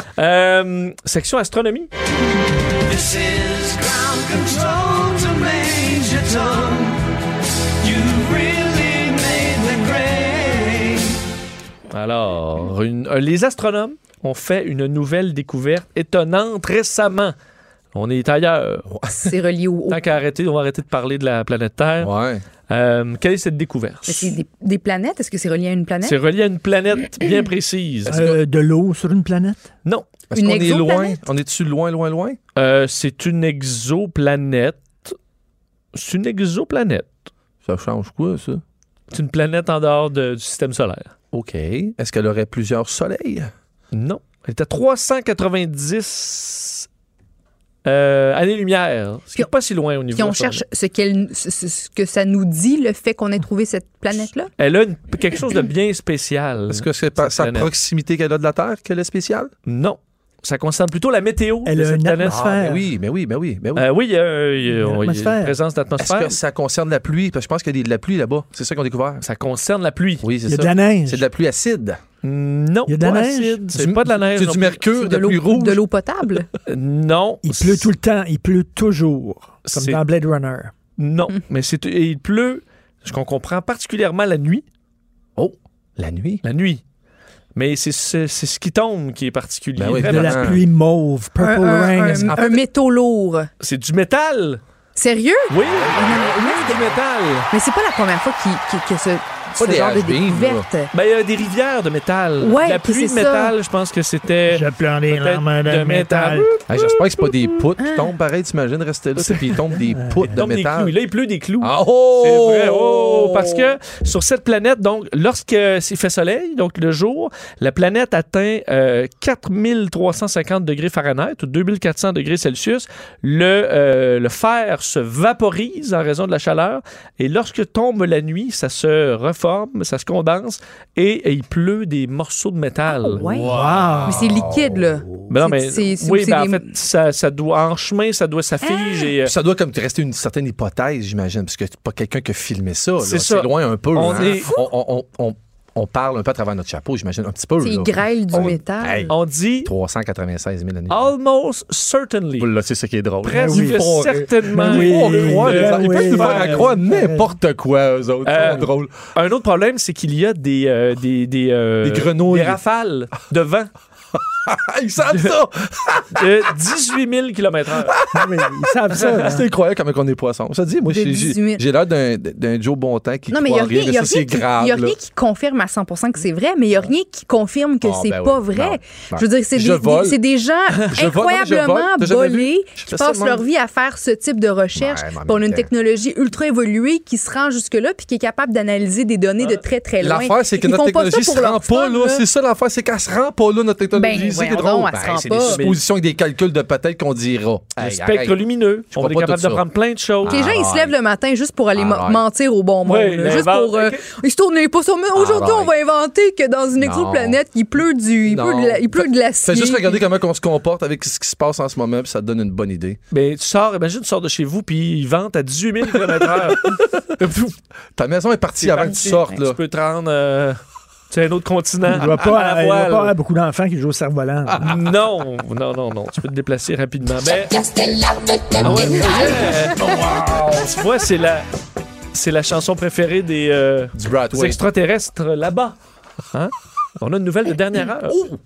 Euh, section astronomie. This is ground control to Major Tom. You really made the grade. Alors, une- euh, les astronomes ont fait une nouvelle découverte étonnante récemment. On est ailleurs. C'est relié au. au- Tant qu'à arrêter, on va arrêter de parler de la planète Terre. Ouais. Euh, quelle est cette découverte? Mais c'est des, des planètes? Est-ce que c'est relié à une planète? C'est relié à une planète bien précise. Euh, de l'eau sur une planète? Non. Est-ce Une qu'on est loin? exoplanète? On est-tu loin, loin, loin? Euh, c'est une exoplanète. C'est une exoplanète. Ça change quoi, ça? C'est une planète en dehors de- du système solaire. OK. Est-ce qu'elle aurait plusieurs soleils? Non. Elle est à trois cent quatre-vingt-dix euh, années-lumière. Ce qui n'est Puis- pas si loin au niveau Puis on astronomique. cherche ce, qu'elle, ce, ce- ce que ça nous dit, le fait qu'on ait trouvé cette planète-là. Elle a une- quelque chose de bien spécial. Est-ce que c'est par cette sa planète. proximité qu'elle a de la Terre qu'elle est spéciale? Non. Ça concerne plutôt la météo Elle de a cette une planète. atmosphère. Ah, mais oui, mais oui, mais oui, mais oui. Euh, oui, il y a, il y a- Il y a il y a une l'atmosphère. présence Est-ce d'atmosphère. que ça concerne la pluie? Parce que je pense qu'il y a des- de la pluie là-bas. C'est ça qu'on a découvert. Ça concerne la pluie. Oui, c'est Il y a ça. de la neige. C'est de la pluie acide. Non, Il y a de la pas neige. acide. C'est Du- pas de la neige. C'est non du plus. mercure, de de la pluie l'eau, rouge. de l'eau potable. Euh, Non. Il pleut tout le temps. Il pleut toujours. Comme C'est- dans Blade Runner. Non, mais c'est et il pleut, ce qu'on comprend particulièrement la nuit. Oh, la nuit. La nuit. Mais c'est c'est- c'est ce qui tombe qui est particulier. Ben oui, De Vraiment. la pluie mauve. Un, Purple un- rain. un- un métaux lourd. C'est du métal. Sérieux? Oui, oui, du métal. Mais c'est pas la première fois qu'il, qu'il- que ce, ce des genre de has-been, découverte. Ben, il y a des rivières de métal. Ouais, la puis pluie de c'est métal, je pense que c'était Je pleure des peut-être larmes de, de métal. métal. Hey, J'espère que c'est pas des poutres qui tombent pareil, t'imagines, rester là, puis ils tombent des poutres Il de tombe des clous. métal. Là, il pleut des clous. Ah, oh! C'est vrai, oh, parce que sur cette planète, donc, lorsque s'il fait soleil, donc le jour, la planète atteint euh, quatre mille trois cent cinquante degrés Fahrenheit ou deux mille quatre cents degrés Celsius. Le, euh, le fer se vaporise en raison de la chaleur et lorsque tombe la nuit, ça se reforme, ça se condense et, et il pleut des morceaux de métal. Ah, ouais. Wow. Mais c'est liquide, là. Ben non, mais C'est- c'est- oui, c'est ben en des- fait, ça, ça doit en chemin, ça doit s'affige et euh, Ça doit comme rester une certaine hypothèse, j'imagine, parce que c'est pas quelqu'un qui a filmé ça. là. C'est ça. C'est loin un peu. On hein. est- on, on- on- on- on parle un peu à travers notre chapeau, j'imagine, un petit peu. C'est là. il grêle du On- métal. Hey. on dit trois cent quatre-vingt-seize mille années. almost certainly. Là, c'est ça qui est drôle. Presque oui. certainement. Oui. On Euh, croit, Ben les- ils peuvent oui. nous faire à croire n'importe quoi, eux autres. Euh, C'est drôle. Un autre problème, c'est qu'il y a des euh, des des, euh, Des grenouilles. des rafales de vent Ah, ils savent ça! de dix-huit mille kilomètres heure. Non, mais ils savent ça. hein. C'est incroyable comment on est poisson. Ça dit, moi, De j'ai- dix-huit j'ai mille. j'ai l'air d'un d'un Joe Bontemps qui Non, mais il n'y a croit rien, rien, y a mais ça, rien c'est qui, grave. y a là. rien qui confirme à cent pour cent que c'est vrai, mais il n'y a rien qui confirme que Ah, c'est ben pas oui. vrai. Non, non. Je veux dire, c'est Je des, vole. des- c'est des gens Je vole, non, mais je incroyablement vole. T'as jamais vu? bolés Je qui fais ça, passent moi. leur vie à faire ce type de recherche. Ouais, mais en Puis on a même une temps. technologie ultra évoluée qui se rend jusque-là puis qui est capable d'analyser des données de très, très loin. L'affaire, c'est que Ils notre font pas ça technologie pour se leur rend pas, fun, là. C'est ça l'affaire, c'est qu'elle se rend pas là, notre technologie. Ben, c'est qui est voyons drôle. donc, elle se rend c'est pas. des suppositions et des calculs de peut-être qu'on dira. Le Hey, spectre arrête. lumineux. Je On crois est pas capable tout de ça. prendre plein de choses. Les gens, ils se lèvent le matin juste pour aller ma- Arrête. mentir au bon monde. Ouais, là. mais juste invente- pour. euh, ok. ils se tournent pas sur. Mais aujourd'hui, Arrête. on va inventer que dans une Non. exoplanète, il pleut du. Il pleut de, la- il pleut de l'acier. Fais juste regarder comment on se comporte avec ce qui se passe en ce moment, puis ça te donne une bonne idée. Mais tu sors, imagine, tu sors de chez vous, puis ils vendent à dix-huit mille kilomètres heure. Ta maison est partie avant que tu sortes, là. Tu peux te rendre. euh, tu sais, un autre continent. Il ne doit à pas la il doit voile. pas avoir beaucoup d'enfants qui jouent au cerf-volant. Non, non, non, non. Tu peux te déplacer rapidement. Ben, ah ouais, yeah. Tu vois, c'est la, c'est la chanson préférée des, euh, Du des Broadway. extraterrestres là-bas. Hein? On a une nouvelle de dernière heure.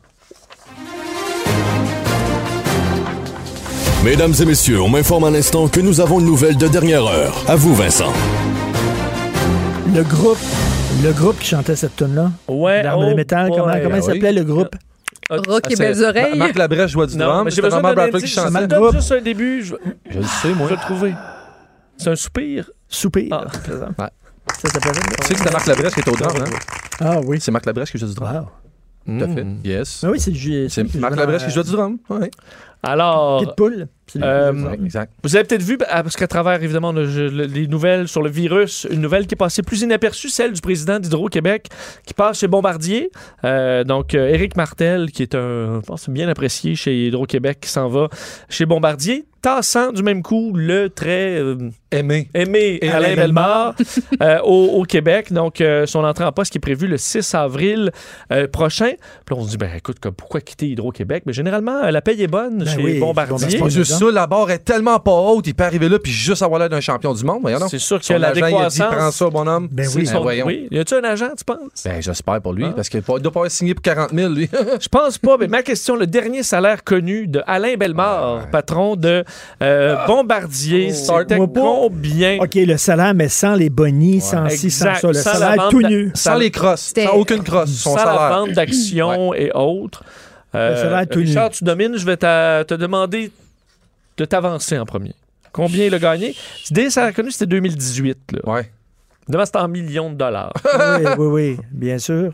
Mesdames et messieurs, on m'informe un instant que nous avons une nouvelle de dernière heure. À vous, Vincent. Le groupe, le groupe qui chantait cette tune-là, Ouais. L'Arme oh de métal, comment, boy. comment il Ah oui. s'appelait le groupe? Ah, Rock et Ah, c'est- belles oreilles. Ma- Marc Labrèche joue du Non, drum, mais j'ai c'était besoin vraiment d'un Bradley qui indice. chantait. Je te donne juste un début. Je, Je le sais, je moi. vais le trouver. C'est un soupir. Soupir. Ah. Ouais. Ça s'appelait Tu sais que c'était Marc Labrèche qui est au drum, hein? Ah oui. C'est Marc Labrèche qui joue du drum. Wow. Tout à fait. Mm. Yes. Ah oui, c'est ju- C'est c'est- Marc c'est- Labrèche qui joue du drum. Ouais. Alors, Pitbull. C'est lui qui Euh, joue ça. Exact. vous avez peut-être vu, ah, parce qu'à travers, évidemment, le- je- le- les nouvelles sur le virus, une nouvelle qui est passée plus inaperçue, celle du président d'Hydro-Québec, qui passe chez Bombardier. Euh, donc, euh, Éric Martel, qui est un, je pense, bien apprécié chez Hydro-Québec, qui s'en va chez Bombardier, tassant du même coup le très euh, Aimé. aimé Et Alain Alain Bellemare euh, au, au Québec. Donc, euh, son entrée en poste qui est prévue le six avril euh, prochain. Puis là, on se dit, ben écoute, comme, pourquoi quitter Hydro-Québec? Mais généralement, euh, la paye est bonne Ben chez oui, Bombardier. C'est pas juste ça, la barre est tellement pas haute, il peut arriver là puis juste avoir l'air d'un champion du monde. Voyons donc. C'est sûr que Son la agent, il a dit, décroissance... prends ça, bonhomme. Ben C'est oui. son- Ben voyons. oui. Y a-tu un agent, tu penses? Ben, j'espère pour lui, Ah. parce qu'il ne doit pas avoir signé pour quarante mille, lui. Je pense pas, mais ma question, le dernier salaire connu de Alain Bellemare, Ah. patron de euh, Bombardier, c'était Start-moi pas. combien? OK, le salaire, mais sans les bonnies, sans ci, sans Exact. ça. Le Sans la salaire vente tout d'a- nu. Sans les crosses. C'était- Sans aucune crosse, son Sans la salaire. vente d'actions et autres. Euh, Ça a l'air tout nu. Richard, tu domines. Je vais t'a- te demander de t'avancer en premier. Combien il a gagné? Dès ça a connu, c'était deux mille dix-huit. Là. Ouais. Devant, c'était en millions de dollars. oui, oui, oui, bien sûr.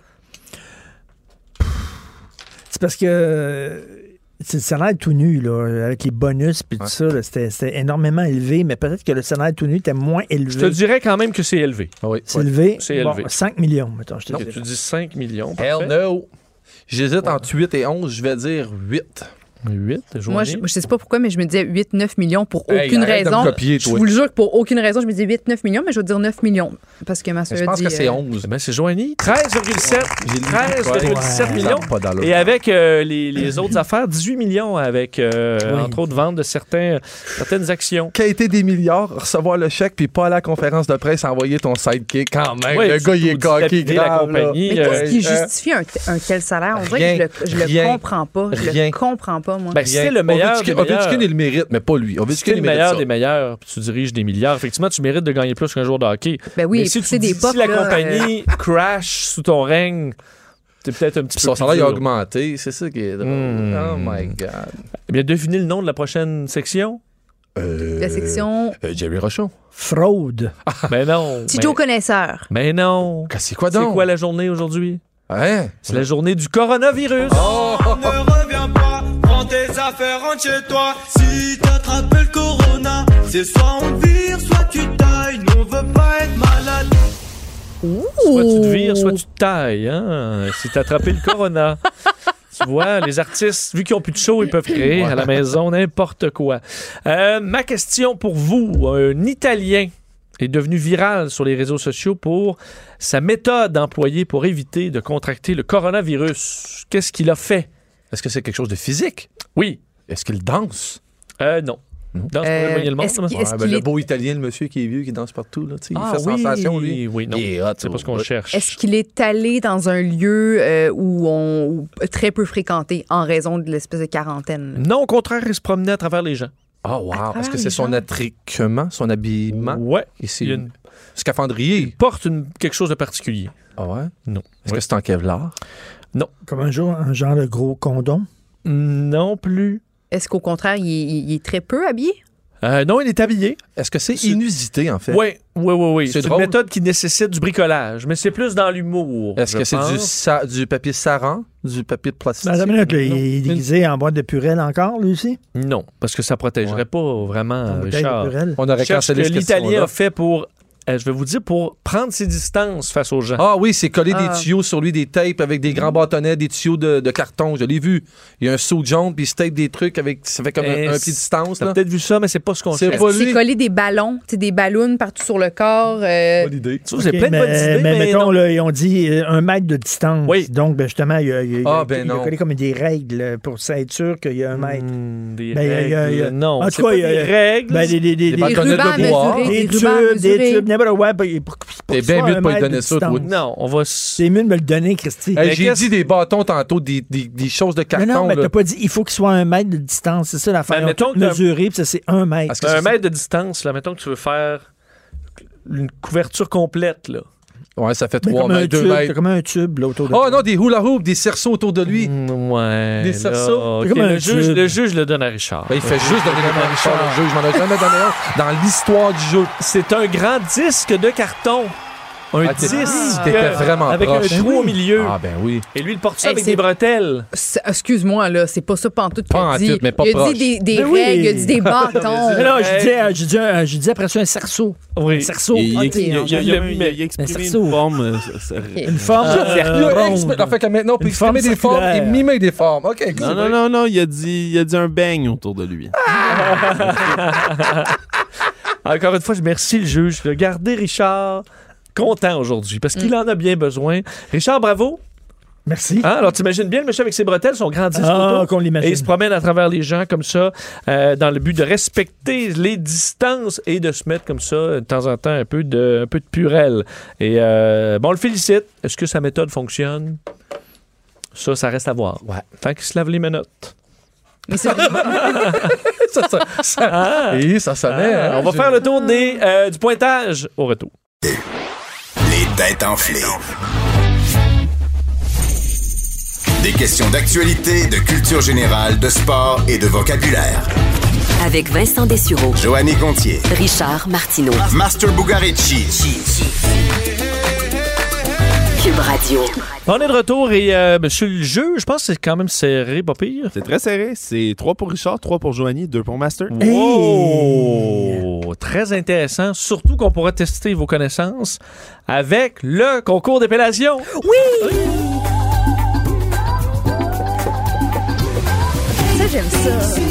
C'est parce que euh, c'est le salaire tout nu, là, avec les bonus et tout Ouais. ça, là, c'était, c'était énormément élevé, mais peut-être que le salaire tout nu était moins élevé. Je te dirais quand même que c'est élevé. Ah oui. C'est élevé. C'est Bon, élevé. cinq millions, mettons, je te Donc, dirais. tu dis cinq millions. Hell parfait. no. J'hésite entre huit et onze, je vais dire huit. huit, Moi, je, je sais pas pourquoi, mais je me disais huit neuf millions pour Hey, aucune arrête de me raison. copier, Je toi. vous le jure que pour aucune raison, je me disais huit neuf millions, mais je vais dire neuf millions. Parce que ma soeur Je pense dit, que c'est euh, onze. Ben, c'est Joanie. treize virgule sept. J'ai lu. treize virgule sept Ouais. millions. Pas d'allure. Et avec euh, les, les autres affaires, dix-huit millions avec, euh, Oui. entre autres, vente de certains, certaines actions. Qualité des milliards, recevoir le chèque puis pas à la conférence de presse, envoyer ton sidekick quand même. Oui, le tu gars, il est peux coquille dilapider la grave, là. compagnie. Mais Euh, qu'est-ce qui euh, justifie un, un tel salaire? On dirait rien, que je le, je rien, le comprends pas. Je rien. le comprends pas, moi. Ben, c'est le meilleur des Ovechkin, meilleurs. il le mérite, mais pas lui. Si Ovechkin, t'es le il mérite meilleur ça. des meilleurs, puis tu diriges des milliards, effectivement, tu mérites de gagner plus qu'un joueur de hockey. Ben oui, Mais si tu pousser dis des si pop, la là, compagnie crash sous ton règne, t'es peut-être un petit Puis peu son plus salaire il a dur. augmenté, c'est ça qui est drôle. Hmm. Oh my God. Eh bien, devinez le nom de la prochaine section. Euh, La section euh, Jerry Rochon. Fraude. Ben non. Petit ben- Joe connaisseur. Ben non. C'est quoi C'est donc? quoi la journée aujourd'hui? Hein? C'est la journée du coronavirus. Oh! Ne reviens pas, prends tes affaires, rentre chez toi. Si t'attrapes le corona, c'est soit on te vire, soit tu tailles. Nous on veut pas être malade. Soit tu te vires, soit tu te tailles. Hein? Si t'as attrapé le corona. Tu vois, les artistes, vu qu'ils n'ont plus de show, ils peuvent créer à la maison n'importe quoi. Euh, ma question pour vous, un Italien est devenu viral sur les réseaux sociaux pour sa méthode employée pour éviter de contracter le coronavirus. Qu'est-ce qu'il a fait? Est-ce que c'est quelque chose de physique? Oui. Est-ce qu'il danse? Euh, non. Non. Danse pour Euh, éloigner le monde. est-ce là. qu'il- Ouais, est-ce ben, qu'il le est- beau Italien, le monsieur qui est vieux, qui danse partout, là, tu sais, Ah il fait oui, sensation, lui. oui, non. Il est hot, C'est pas ce qu'on ouais. cherche. Est-ce qu'il est allé dans un lieu euh, où on où très peu fréquenté en raison de l'espèce de quarantaine? Non, au contraire, il se promenait à travers les gens. Ah, wow. travers Est-ce que les c'est son gens. attriquement, son habillement? Ouais. Et c'est Il y a une- scaphandrier. Il porte une- quelque chose de particulier. Ah ouais? Non. Est-ce Ouais. que c'est en Kevlar? Comme un, jour, un genre de gros condom. Non plus. Est-ce qu'au contraire, il est, il est très peu habillé? Euh, non, il est habillé. Est-ce que c'est C'est- inusité, en fait? Oui, oui, oui, oui. C'est C'est une drôle. méthode qui nécessite du bricolage, mais c'est plus dans l'humour. Est-ce je que c'est du, pense. sa- du papier saran? Du papier de plastique? Ben, attends une minute, là, Non. il est déguisé en boîte de Purel encore, lui aussi. Non, parce que ça protégerait Ouais. pas vraiment En bouteille de Richard. Purel. On aurait Cherche ce que cancellé cette l'Italien question-là. a fait pour, euh, je vais vous dire, pour prendre ses distances face aux gens. Ah oui, c'est coller Ah. des tuyaux sur lui, des tapes avec des grands bâtonnets, des tuyaux de, de carton. Je l'ai vu. Il y a un saut jaune, puis il se tape des trucs avec. Ça fait comme Eh, un, un pied de distance. T'as Là. peut-être vu ça, mais c'est pas ce qu'on C'est cherche. pas Est-ce qu'il lui. s'est collé des ballons, tu sais, des ballons partout sur le corps? euh, Bonne idée. Tu vois, vous avez Ok, plein de bonnes idées, mais, mais mettons, non. là, ils ont dit euh, un mètre de distance. Oui. Donc, ben, justement, il a, il a- Ah, il a- ben il a non. collé comme des règles pour être sûr qu'il y a un mètre. Hmm, des Ben, il y a- règles. il y a- il y a- Non, En tout c'est cas, pas il y a- des règles. Ben, des, des, des, Des des- bâtonnets rubans de bois. mesurés. des des rubans tubes, des mesurés. tubes, n'importe quoi. ben, pour- pour- pour T'es que ce bien soit mieux un de pas lui mètre donner ça, toi. distance. Non, on va... s- C'est mieux de me le donner, Christy. Hey, Mais j'ai qu'est-ce- dit des bâtons tantôt, des, des, des choses de Non, carton. non, mais là. t'as pas dit, il faut qu'il soit un mètre de distance. C'est ça l'affaire. Ben, Ils ont mettons tout que- mesuré, puis ça, c'est un mètre. Est-ce que un c'est- mètre de distance, là, mettons que tu veux faire une couverture complète, là. Ouais, ça fait Mais trois comme un mètres, deux tube, t'as mètres. comme un tube là, autour de Oh toi. non, des hula hoops, des cerceaux autour de lui. Mm, ouais. Des là, cerceaux. ok, C'est comme un le, juge, tube. le juge le donne à Richard. Ben, il fait juste donner des mains Richard, le jeu. Je m'en ai jamais donné un dans l'histoire du jeu. C'est un grand disque de carton. Un Ah, t'es- disque. t'étais vraiment avec proche. un trou au milieu. Ah, ben oui. Et lui, il porte ça Hey, avec c'est- des bretelles. c'est- Excuse-moi, là, c'est pas ça pantoute qu'il Pas a en dit. tout, mais pas il a proche. dit des, des Ben oui. règles, il a dit des bâtons. Mais non, je Hey. disais, euh, je disais, euh, je disais après ça un cerceau. Oui. Un cerceau. Il, il, ok, il, il, il, on- il, il, il- il, il a exprimé cerceau. une forme. euh, ça- ça- Une forme Il a euh, exprimé- ronde. En fait que maintenant, on peut Une forme exprimer des formes et circulaire. mimer des formes. OK, cool. Non, non, non, non, il a dit, il a dit un beigne autour de lui. Encore une fois, je remercie le juge. Regardez Richard content aujourd'hui parce qu'il en a bien besoin. Richard, bravo. Merci. Hein? Alors, t'imagines bien le monsieur avec ses bretelles, son grand disque Ah, auto. qu'on Et l'imagine. il se promène à travers les gens comme ça, euh, dans le but de respecter les distances et de se mettre comme ça, de temps en temps, un peu de, un peu de purelle. Et euh, bon, on le félicite. Est-ce que sa méthode fonctionne? Ça, ça reste à voir. Ouais. Tant qu'il se lave les menottes. Mais c'est- ça, ça, ça, Ah! et ça sonnait. Ah, hein, on va je- faire le tour des, euh, du pointage au retour. Les têtes enflées. Des questions d'actualité, de culture générale, de sport et de vocabulaire. Avec Vincent Dessureau, Joanny Gontier, Richard Martineau, Master Bugarici. Cube Radio. On est de retour et euh, monsieur le juge, je pense que c'est quand même serré, pas pire. C'est très serré. C'est trois pour Richard, trois pour Joanny, deux pour Master. Wow! Très intéressant. Surtout qu'on pourra tester vos connaissances avec le concours d'épellation. Oui! Ça, j'aime ça.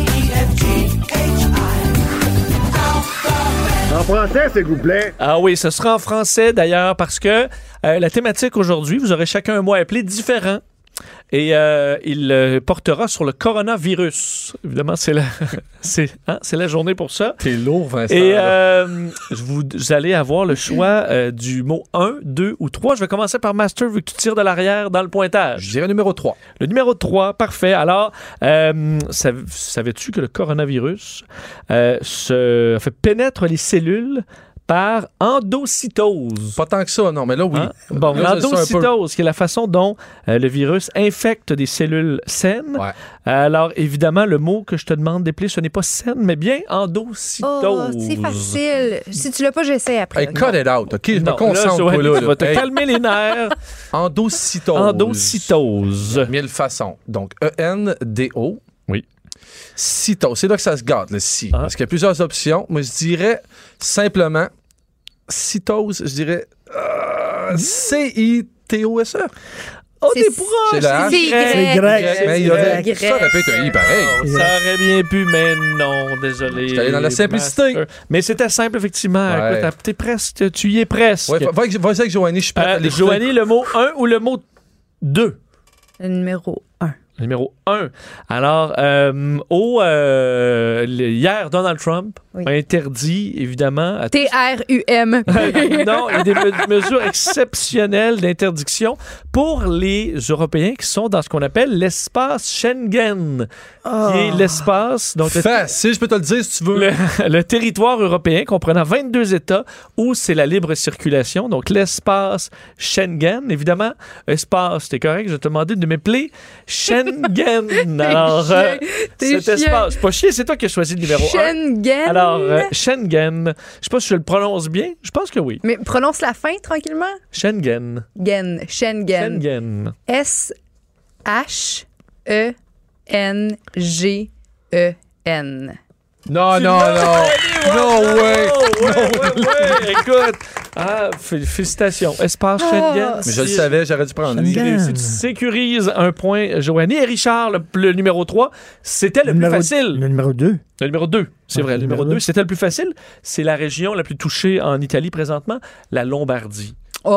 En français, s'il vous plaît. Ah oui, ce sera en français d'ailleurs parce que euh, la thématique aujourd'hui, vous aurez chacun un mot appelé différent. Et euh, il euh, portera sur le coronavirus. Évidemment, c'est la, c'est, hein, c'est la journée pour ça. T'es lourd, Vincent. Et euh, vous, vous allez avoir le choix euh, du mot un, deux ou trois. Je vais commencer par Master, vu que tu tires de l'arrière dans le pointage. Je dirais numéro trois. Le numéro trois, parfait. Alors, euh, sav- savais-tu que le coronavirus euh, se, fait, pénètre les cellules par endocytose? Pas tant que ça, non, mais là, oui. Hein? Bon, là, l'endocytose, qui est la façon dont euh, le virus infecte des cellules saines. Ouais. Alors, évidemment, le mot que je te demande d'épeler, ce n'est pas saine, mais bien endocytose. Oh, c'est facile. Si tu l'as pas, j'essaie après. Hey, cut it out, OK? Je Non, me concentre là, pas Joanny, là. tu vas te Hey. calmer les nerfs. Endocytose. Endocytose. Mille façons. Donc, E N D O. Oui. Cytose. C'est là que ça se gâte, le si. Ah. Parce qu'il y a plusieurs options. Moi, je dirais simplement cytose, je dirais euh, C I T O S E. Oh, C'est- t'es proche! C'est le H. C'est grec. C'est grec. Mais il y aurait- grec. ça aurait pu être un I pareil. Ça aurait bien pu, mais non, désolé. J'étais allé dans la simplicité. Master. Mais c'était simple, effectivement. Ouais. Écoute, t'es presque, tu y es presque. Ouais, va- va avec- vas-y avec Joanny, je suis prêt à Euh, l'écouter. Joanny, le mot un ou le mot deux? Le numéro un. Le numéro un. Alors, euh, au, euh, le- hier, Donald Trump Oui. a interdit, évidemment, à T R U M. non, il y a des me- mesures exceptionnelles d'interdiction pour les Européens qui sont dans ce qu'on appelle l'espace Schengen, qui est l'espace, donc le, Facile, je peux te le dire si tu veux. le- le territoire européen comprenant vingt-deux États où c'est la libre circulation, donc l'espace Schengen. Évidemment, espace, t'es correct, je vais te demander de m'appeler Schengen. Alors, euh, T'es cet chien. espace, c'est pas chier, c'est toi qui as choisi le numéro un. Schengen. Alors, euh, Schengen, je sais pas si je le prononce bien, je pense que oui. Mais prononce la fin tranquillement. Schengen. Gen. Schengen. Schengen. S H E N G E N. Non, non, non. No way. Oh, ouais, ouais, ouais. Écoute, ah, f- félicitations. Espace Schengen. Mais je le savais, j'aurais dû prendre lui. Schengen. Si tu sécurises un point, Joanny. Et Richard, le, le numéro trois, c'était le, numéro- plus facile. Le numéro deux. Le numéro deux, c'est Ouais, vrai. Le le numéro numéro deux, deux. c'était le plus facile. C'est la région la plus touchée en Italie présentement, la Lombardie.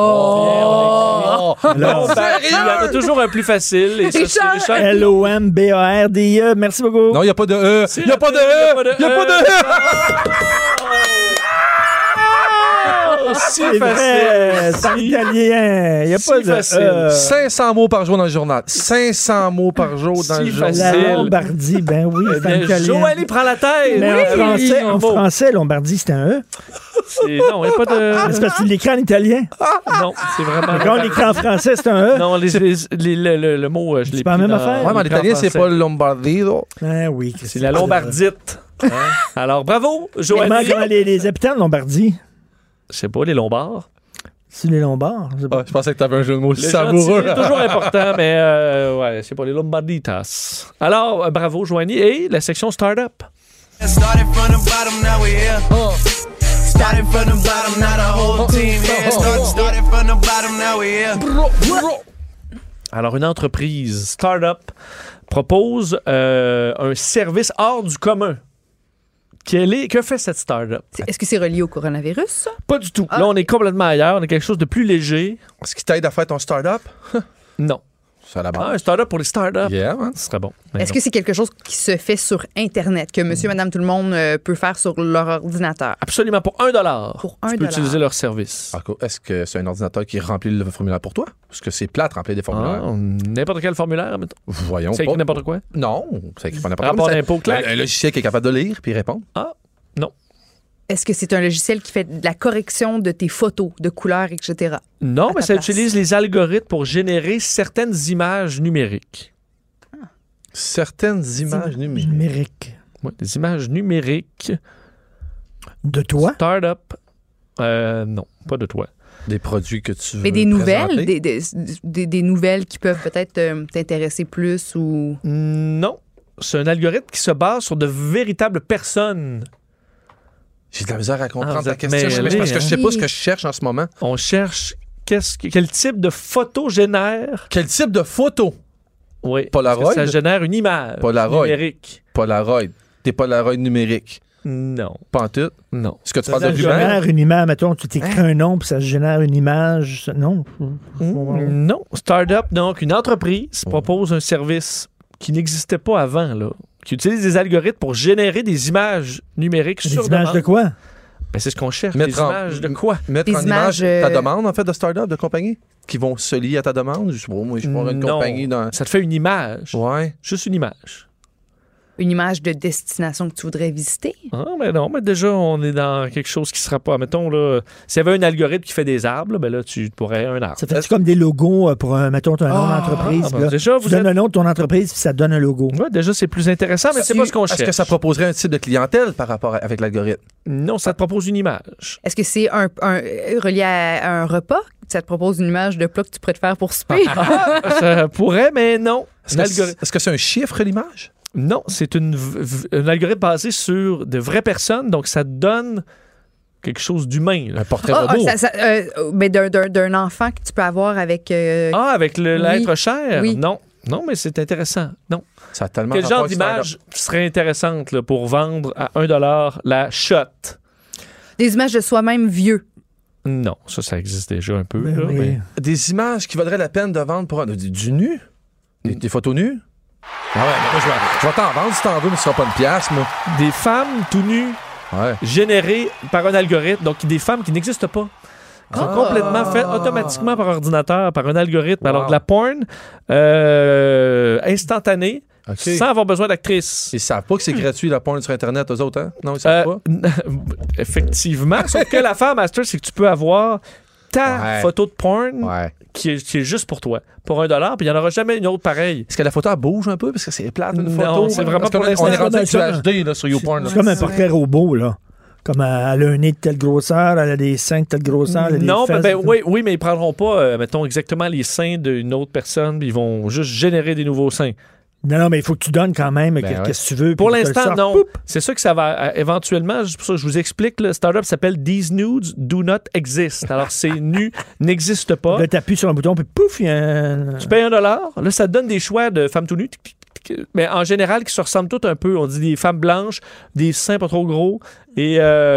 Oh! Lombardie, il y en a toujours un plus facile. Et ça, c'est Richard! Richard. L O M B A R D I E. Merci beaucoup. Non, il n'y a pas de E. Il n'y a pas de E. Il n'y a pas de E. Oh, si C'est vrai, c'est en facile. italien. Il n'y a Si pas de facile. E. cinq cents mots par jour dans le journal. cinq cents mots par jour dans Si le facile. journal. La Lombardie, ben oui, Eh c'est en bien, italien. Joanny prend la tête. Mais Oui. en français, en Un mot. français, Lombardie, c'est un E. C'est- Non, il n'y a pas Mais de. c'est parce que tu l'écris en italien. Non, c'est vraiment. Quand on l'écrit en français, c'est un E. Non, les, les- les- le, le- le mot, euh, je C'est l'ai pas la pris même dans- affaire? Ouais, mais en l'écrit italien, c'est français. pas Lombardido. Ah oui. C'est la Lombardite. Hein? Alors, bravo, Comment, Joanny. comment les, les habitants de Lombardie? Je sais pas, les Lombards. C'est les Lombards? Je sais pas. Ah, je pensais que t'avais un jeu de mots Le savoureux. gentil est toujours important, mais euh, ouais, c'est pas les Lombarditas. Alors, euh, bravo, Joanny. Et la section Startup. Started from the bottom, now we here. Started from the bottom, now the whole team here. Start- Started from the bottom, now we here. Alors, une entreprise Startup propose euh, un service hors du commun. Quel est, que fait cette start-up? C'est- Est-ce que c'est relié au coronavirus, ça? Pas du tout. Ah. Là, on est complètement ailleurs. On est quelque chose de plus léger. Est-ce qui t'aide à faire ton start-up? Non. C'est à la Ah, base. un start-up pour les start-up. Yeah, man. Ce serait bon. Mais Est-ce non. que c'est quelque chose qui se fait sur Internet, que monsieur, madame, tout le monde euh, peut faire sur leur ordinateur? Absolument. Pour un dollar, Pour un tu peux dollar. utiliser leur service. Ah, cool. Est-ce que c'est un ordinateur qui remplit le formulaire pour toi? Est-ce que c'est plate remplir des formulaires? Ah, n'importe quel formulaire, mettons. Voyons C'est pas. écrit n'importe quoi? Non, ça écrit pas n'importe Rapport quoi. mais d'impôt, c'est clac. Un, un logiciel qui est capable de lire puis répondre. Ah, non. Est-ce que c'est un logiciel qui fait de la correction de tes photos, de couleurs, et cetera? Non, à mais ta ça place? utilise les algorithmes pour générer certaines images numériques. Certaines images numériques. Numérique. Oui, des images numériques. De toi? Startup. Euh, non, pas de toi. Des produits que tu veux Mais des nouvelles, présenter. des, des, des, des nouvelles qui peuvent peut-être euh, t'intéresser plus ou... Non. C'est un algorithme qui se base sur de véritables personnes. J'ai de la misère à comprendre Ah, vous ta êtes question. mêlés, C'est parce que je sais hein? pas ce que je cherche en ce moment. On cherche qu'est-ce que- quel type de photo génère. Quel type de photo? Oui. Polaroid? Parce que ça génère une image Polaroid. numérique. Polaroid. Des Polaroid numériques. Non. Pas en tout. Non. Est-ce que tu Ça parles de rumeurs? génère une image, mettons, tu t'écris un nom, puis ça génère une image. ça- Non. Mm, Non. Startup, donc, une entreprise propose un service qui n'existait pas avant, là, qui utilise des algorithmes pour générer des images numériques Des sur images demande. de quoi? Ben, c'est ce qu'on cherche. Mettre des en- images de quoi? Mettre Des en images, image ta euh, demande, en fait, de start-up, de compagnie, qui vont se lier à ta demande. Je sais pas, moi, je prends une Non. compagnie dans... Ça te fait une image. Ouais. Juste une image. Une image de destination que tu voudrais visiter? Ah, mais non, mais déjà, on est dans quelque chose qui sera pas. Mettons, là, s'il y avait un algorithme qui fait des arbres, là, ben là, tu pourrais un arbre. Ça fait comme des logos euh, pour, euh, mettons, ton nom Ah, d'entreprise. ah, puis là, déjà, tu vous donnes êtes- un nom de ton entreprise, puis ça te donne un logo. Ouais, déjà, c'est plus intéressant, mais c'est pas ce qu'on cherche. Est-ce que ça proposerait un type de clientèle par rapport à- avec l'algorithme? Non, ça te propose une image. Est-ce que c'est un, un- euh, relié à un repas? Ça te propose une image de plat que tu pourrais te faire pour souper? Ça pourrait, mais non. Est-ce Un que algorithme- c'est- est-ce que c'est un chiffre, l'image? Non, c'est une, v- v- un algorithme basé sur de vraies personnes, donc ça te donne quelque chose d'humain. là. Un portrait Ah, ah, robot? ça- ça, euh, mais d'un, d'un- d'un enfant que tu peux avoir avec... euh, Ah, avec le- Oui. l'être cher? Oui. Non. Non, mais c'est intéressant. Non. Ça a tellement Quel rapport genre avec d'image start-up. serait intéressante là, pour vendre à un dollar la shot? Des images de soi-même vieux. Non, ça, ça existe déjà un peu. Ben là, oui. mais- Des images qui vaudraient la peine de vendre pour du, du nu? Des, des photos nues? Ah ouais, mais moi, je vais, je vais t'en vendre si t'en veux, mais ce sera pas une pièce, moi. Des femmes tout nues Ouais. générées par un algorithme, donc des femmes qui n'existent pas. Qui sont Ah. complètement faites automatiquement par ordinateur, par un algorithme. Wow. Alors, de la porn euh, instantanée, OK. sans avoir besoin d'actrice. Ils savent pas que c'est gratuit, la porn sur Internet, eux autres, hein? Non, ils savent Euh, pas? Effectivement. Sauf que l'affaire, Master, c'est que tu peux avoir ta Ouais. photo de porn Ouais. qui, est, qui est juste pour toi. Pour un dollar, puis il n'y en aura jamais une autre pareille. Est-ce que la photo, elle bouge un peu? Parce que c'est plate, une Non, photo. c'est vraiment Parce que pour on est- on est l'instant. rendu avec du C'est H D là, sur YouPorn. là. C'est comme un portrait robot, là. Comme euh, elle a un nez de telle grosseur, elle a des seins de telle grosseur, elle a des Non, ben, fesses ben, de- oui, oui, mais ils prendront pas, euh, mettons, exactement les seins d'une autre personne, puis ils vont juste générer des nouveaux seins. Non, non, mais il faut que tu donnes quand même Ben qu'est- ouais. qu'est-ce que tu veux. Pour puis tu le l'instant, sors, non. poup! C'est ça que ça va euh, éventuellement, c'est pour ça que je vous explique, le startup s'appelle These Nudes Do Not Exist. Alors, ces nus n'existent pas. Là, t'appuies sur un bouton, puis pouf, il y a un... Tu payes un dollar. Là, ça te donne des choix de femmes tout nues. Mais en général, qui se ressemblent toutes un peu. On dit des femmes blanches, des seins pas trop gros et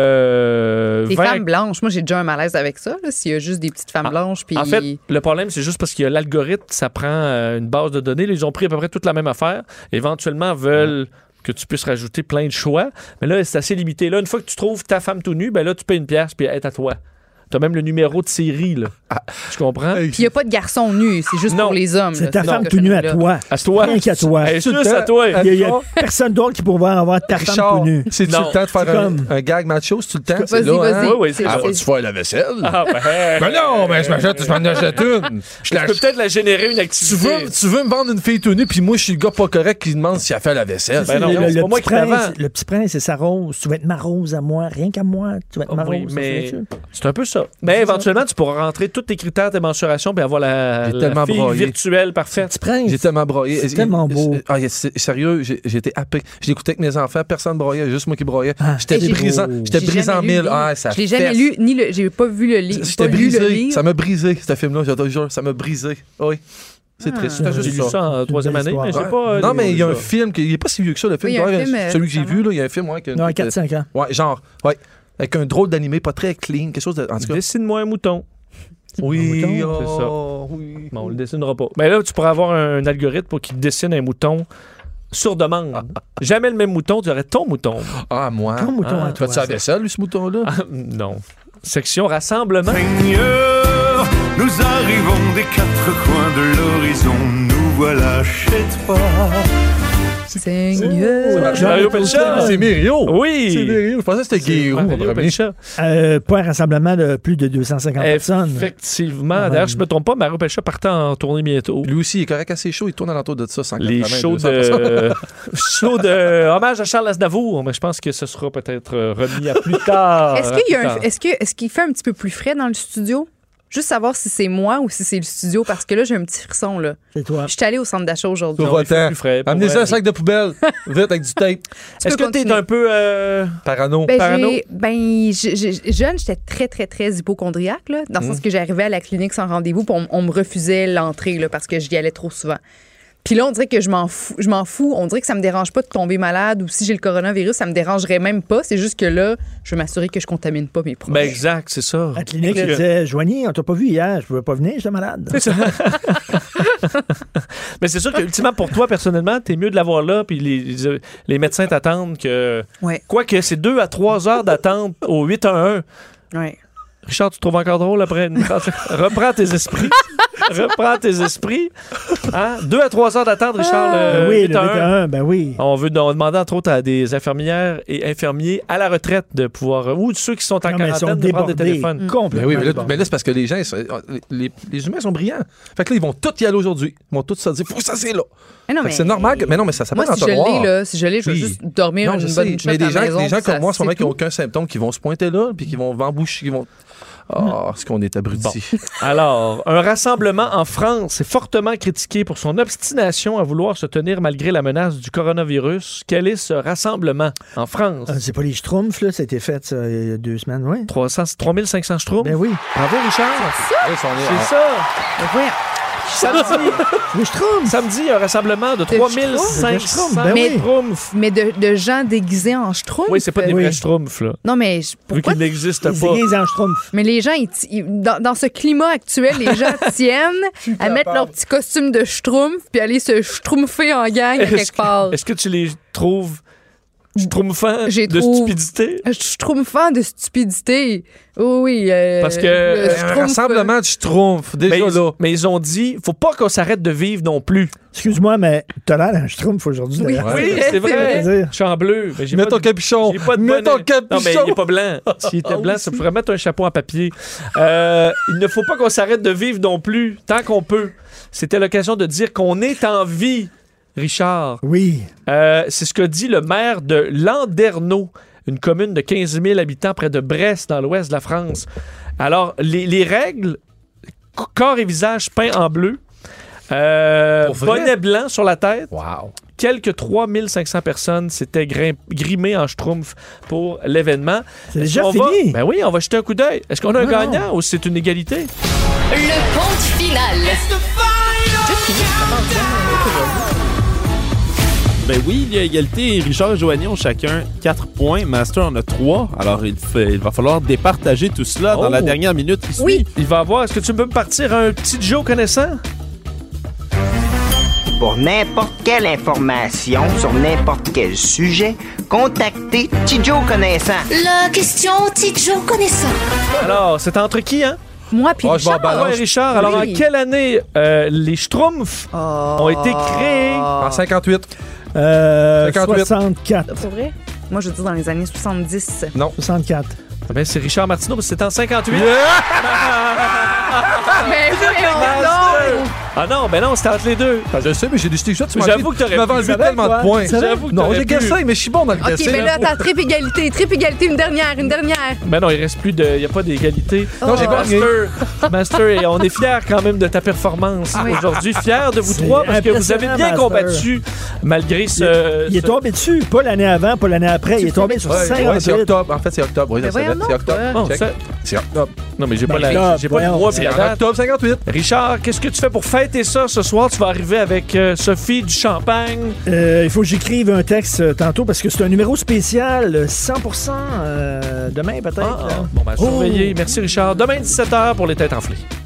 euh, Des vingt- femmes blanches. Moi, j'ai déjà un malaise avec ça, là, s'il y a juste des petites femmes blanches. Puis... En fait, le problème, c'est juste parce qu'il y a l'algorithme, ça prend euh, une base de données. Là, ils ont pris à peu près toute la même affaire. Éventuellement, veulent que tu puisses rajouter plein de choix. Mais là, c'est assez limité. Là, une fois que tu trouves ta femme tout nue, ben là, tu payes une pièce puis elle est à toi. T'as même le numéro de série, là. Tu comprends? Puis il n'y a pas de garçon nu, c'est juste Non. pour les hommes. C'est là, ta ce femme tout nue à cochonnerie-là. toi. À toi. Rien qu'à toi. Elle est Tout le juste temps, à toi. Il y a, il y a personne d'autre qui pourrait avoir ta femme Richard, tout nue. c'est-tu Non. le temps de faire C'est un, comme- un gag macho? C'est-tu le temps? C'est Vas-y, là, vas-y. hein? Oui, oui, c'est C'est- ça. Ah, vas-tu faire la vaisselle? Ah, ben, Ben non, mais je m'achète, je m'en achète une. Je la- tu peux peut-être la générer une tu, activité. veux, tu veux me vendre une fille tout nue, puis moi, je suis le gars pas correct qui demande si elle fait la vaisselle. Ben non, le, non, le- c'est le pas moi petit qui t'avance. prince, le petit prince, c'est sa rose. Tu vas être ma rose à moi, rien qu'à moi. Tu vas être ma Oui, rose. ça, mais c'est sûr. c'est un peu ça. Mais éventuellement, tu pourras rentrer tous tes critères de mensuration puis avoir la, J'ai la tellement fille broyé. virtuelle parfaite. Petit prince. J'ai tellement broyé. C'est tellement beau. Ah, c'est- sérieux, j'ai j'ai été happé. Je l'écoutais avec mes enfants, personne broyait, juste moi qui broyais. Ah, J'étais j'ai- brisant, j'étais J'ai brisé en jamais lu le mille. livre. Ah, ça Je l'ai jamais fesse. lu, ni le, j'ai pas vu le livre. J'étais pas lu le brisé. livre. Ça m'a brisé, ce film-là, je te jure. Ça m'a brisé. Oui. C'est Ah. triste. C'était J'ai juste lu ça. ça en troisième année, mais j'ai Ouais. pas. euh, non, mais il y a un ça. film, qui, il est pas si vieux que ça, le film. Oui, il y a un Ouais, film, euh, celui que j'ai récemment. vu, là, il y a un film, ouais, que- Non, que- quatre cinq ans. Ouais, genre, ouais. Avec un drôle d'animé, pas très clean, quelque chose de. En tout cas. Dessine-moi un mouton. Oui, Un mouton, oh, c'est ça. oui. Bon, on le dessinera pas. Mais là, tu pourrais avoir un algorithme pour qu'il te dessine un mouton sur demande. Jamais le même mouton, tu aurais ton mouton. Ah, moi. Ton mouton Ah, à toi. Tu la vaisselle, lui, ce mouton-là? Ah, non. Section rassemblement. Seigneur, nous arrivons des quatre coins de l'horizon, nous voilà chez toi. Seigneur. C'est Mario Pelcha. C'est Mério. Oui. C'est Mério. Je pensais que c'était Guérou. Mario Pelcha. Euh, pas un rassemblement de plus de deux cent cinquante personnes. Effectivement. D'ailleurs, je ne me trompe pas, Mario Pelcha partait en tournée bientôt. Lui aussi, il est correct assez chaud. Il tourne alentour de ça, cent quatre-vingts, Les shows deux cents de... shows de hommage à Charles Aznavour, mais je pense que ce sera peut-être remis à plus tard. Est-ce qu'il y a un- est-ce que est-ce qu'il fait un petit peu plus frais dans le studio? Juste savoir si c'est moi ou si c'est le studio, parce que là, j'ai un petit frisson, là. C'est toi. Je suis allée au centre d'achat aujourd'hui. Pour autant. Amenez-y un sac de poubelle. Vite, avec du tape. Est-ce que tu es un peu euh... parano? Ben, parano? j'ai- ben j'ai- j'ai- jeune, j'étais très, très, très hypochondriaque, là, dans le Mm. sens que j'arrivais à la clinique sans rendez-vous, puis on, on me refusait l'entrée, là, parce que j'y allais trop souvent. Puis là, on dirait que je m'en fous, je m'en fous. On dirait que ça me dérange pas de tomber malade, ou si j'ai le coronavirus, ça me dérangerait même pas. C'est juste que là, je veux m'assurer que je contamine pas mes proches. Ben exact, c'est ça. À la clinique, je disais, Joanie, on t'a pas vu hier, je pouvais pas venir, j'étais malade. C'est ça. Mais c'est sûr qu'ultimement, pour toi, personnellement, t'es mieux de l'avoir là, puis les, les, les médecins t'attendent que... Ouais. Quoique, c'est deux à trois heures d'attente au huit un un. Ouais. Richard, tu te trouves encore drôle après une... Reprends tes esprits. Reprends tes esprits. Hein? Deux à trois heures d'attente, Richard, le oui, huit le un un. huit un un, ben oui. On veut on demande entre autres à des infirmières et infirmiers à la retraite de pouvoir, ou ceux qui sont en Non, mais ils sont quarantaine, de prendre des débordés. téléphones. Mm. Complètement Mais oui, mais là, débordés. mais là, c'est parce que les gens, ils sont- les, les humains sont brillants. Fait que là, ils vont tous y aller aujourd'hui. Ils vont tous se dire, faut que ça, c'est là. Mais non, Fait que mais- c'est normal. Que, mais non, mais ça s'appelle Moi, si je l'entonnoir. l'ai, là, si je l'ai, je vais Oui. juste dormir Non, je une sais, bonne shot mais des à gens, la maison, des gens puis comme ça, moi, en ce moment, c'est qui n'ont tout. aucun symptôme, qui vont se pointer là, puis qui vont emboucher, qui vont... Ah, est-ce qu'on est abrutis? Alors, un rassemblement en France est fortement critiqué pour son obstination à vouloir se tenir malgré la menace du coronavirus. Quel est ce rassemblement en France? Euh, c'est pas les Schtroumpfs, là, ça a été fait ça, il y a deux semaines, oui. trois cents, trois mille cinq cents schtroumpfs? Ben oui. Bravo, Richard. Là, ils sont nés- C'est ça. Mais voyons. Samedi, Les Schtroumpfs! samedi, un rassemblement de trois mille cinq cents Ben oui. schtroumpfs. Mais de, de gens déguisés en schtroumpfs. Oui, c'est pas des Oui. vrais schtroumpfs, là. Non, mais je- Vu pourquoi? qu'ils n'existent Les pas. aiguilles en Schtroumpfs. Mais les gens, ils ti- ils- dans, dans ce climat actuel, les gens tiennent à mettre leur petit costume de schtroumpf puis aller se schtroumpfer en gang à Est-ce quelque que, part. est-ce que tu les trouves schtroumpfants J'ai de trouve- stupidité? Schtroumpfant de stupidité. Oh oui. euh, Parce que, le euh, Un schtroumpf, rassemblement de schtroumpfs, déjà Mais ils, là. mais ils ont dit, faut pas qu'on s'arrête de vivre non plus. Excuse-moi, mais t'as l'air d'un Schtroumpf aujourd'hui. Oui. d'ailleurs. Oui, vrai, c'est c'est vrai. vrai. Je suis en bleu. Mais j'ai Mets pas ton de- capuchon. j'ai pas de Mets ton bonnet. Non, mais capuchon. il est pas blanc. S'il était blanc, ça pourrait mettre un chapeau en papier. Euh, il ne faut pas qu'on s'arrête de vivre non plus, tant qu'on peut. C'était l'occasion de dire qu'on est en vie, Richard. Oui. Euh, c'est ce que dit le maire de Landerneau, une commune de quinze mille habitants près de Brest, dans l'ouest de la France. Alors, les, les règles, c- corps et visage peints en bleu, euh, Pour vrai? bonnet blanc sur la tête. Wow. Quelques trois mille cinq cents personnes s'étaient grim- grimées en schtroumpf pour l'événement. C'est Est-ce déjà qu'on fini. va- Ben oui, on va jeter un coup d'œil. Est-ce qu'on a un Non, gagnant ou c'est une égalité? Le compte final. Ben oui, il y a égalité. Richard et Joanie ont chacun quatre points. Master en a trois. Alors, il, fait- il va falloir départager tout cela dans Oh. la dernière minute qui suit. Oui. Il va avoir. Est-ce que tu peux me partir un petit Joe connaissant? Pour n'importe quelle information sur n'importe quel sujet, contactez Tidjo Connaissant. La question Tidjo connaissant. Alors, c'est entre qui, hein? Moi puis Oh, je vais en Richard. balance. Ouais, Richard. Alors, Oui. en quelle année euh, les Schtroumpfs ont été créés? En cinquante-huit. Euh, cinquante-huit. soixante-quatre. Pour vrai? Moi, je dis dans les années soixante-dix. soixante-quatre. Ah ben, c'est Richard Martineau, parce que c'est en cinquante-huit. Mais voyons Master! donc! Ah non, ben non, c'était entre les deux. Je sais, mais j'ai décidé ça. Tu m'as J'avoue dit- que t'aurais tu m'avais pu. enlevé Savais, tellement toi? de points. J'avoue que Non, t'aurais j'ai pu. guessé, mais je suis bon dans le OK, guessing. mais là, attends, triple égalité, triple égalité, une dernière, une dernière. Ben non, il reste plus de. Il n'y a pas d'égalité. Non, j'ai pas gagné. Master, Master, et on est fiers quand même de ta performance Oui. aujourd'hui. Fiers de vous C'est trois parce que vous avez impressionnant, bien Master. combattu malgré ce. Il est ce- tombé dessus, pas l'année avant, pas l'année après. Il est tombé sur Ouais, ouais, c'est cinquante-huit. octobre. En fait, c'est octobre. Oui, Mais je savais. voyons C'est donc, octobre. Bon, Check. ça- C'est octobre. Non, mais j'ai Ben, pas, la... octobre, j'ai pas le voyons. mois puis C'est la en date. octobre cinquante-huit. Richard, qu'est-ce que tu fais pour fêter ça ce soir? Tu vas arriver avec euh, Sophie du Champagne. Euh, il faut que j'écrive un texte euh, tantôt parce que c'est un numéro spécial, euh, cent pour cent euh, demain peut-être. Ah, là. bon, ben, Oh. surveillez. Merci, Richard. Demain, dix-sept heures pour les têtes enflées.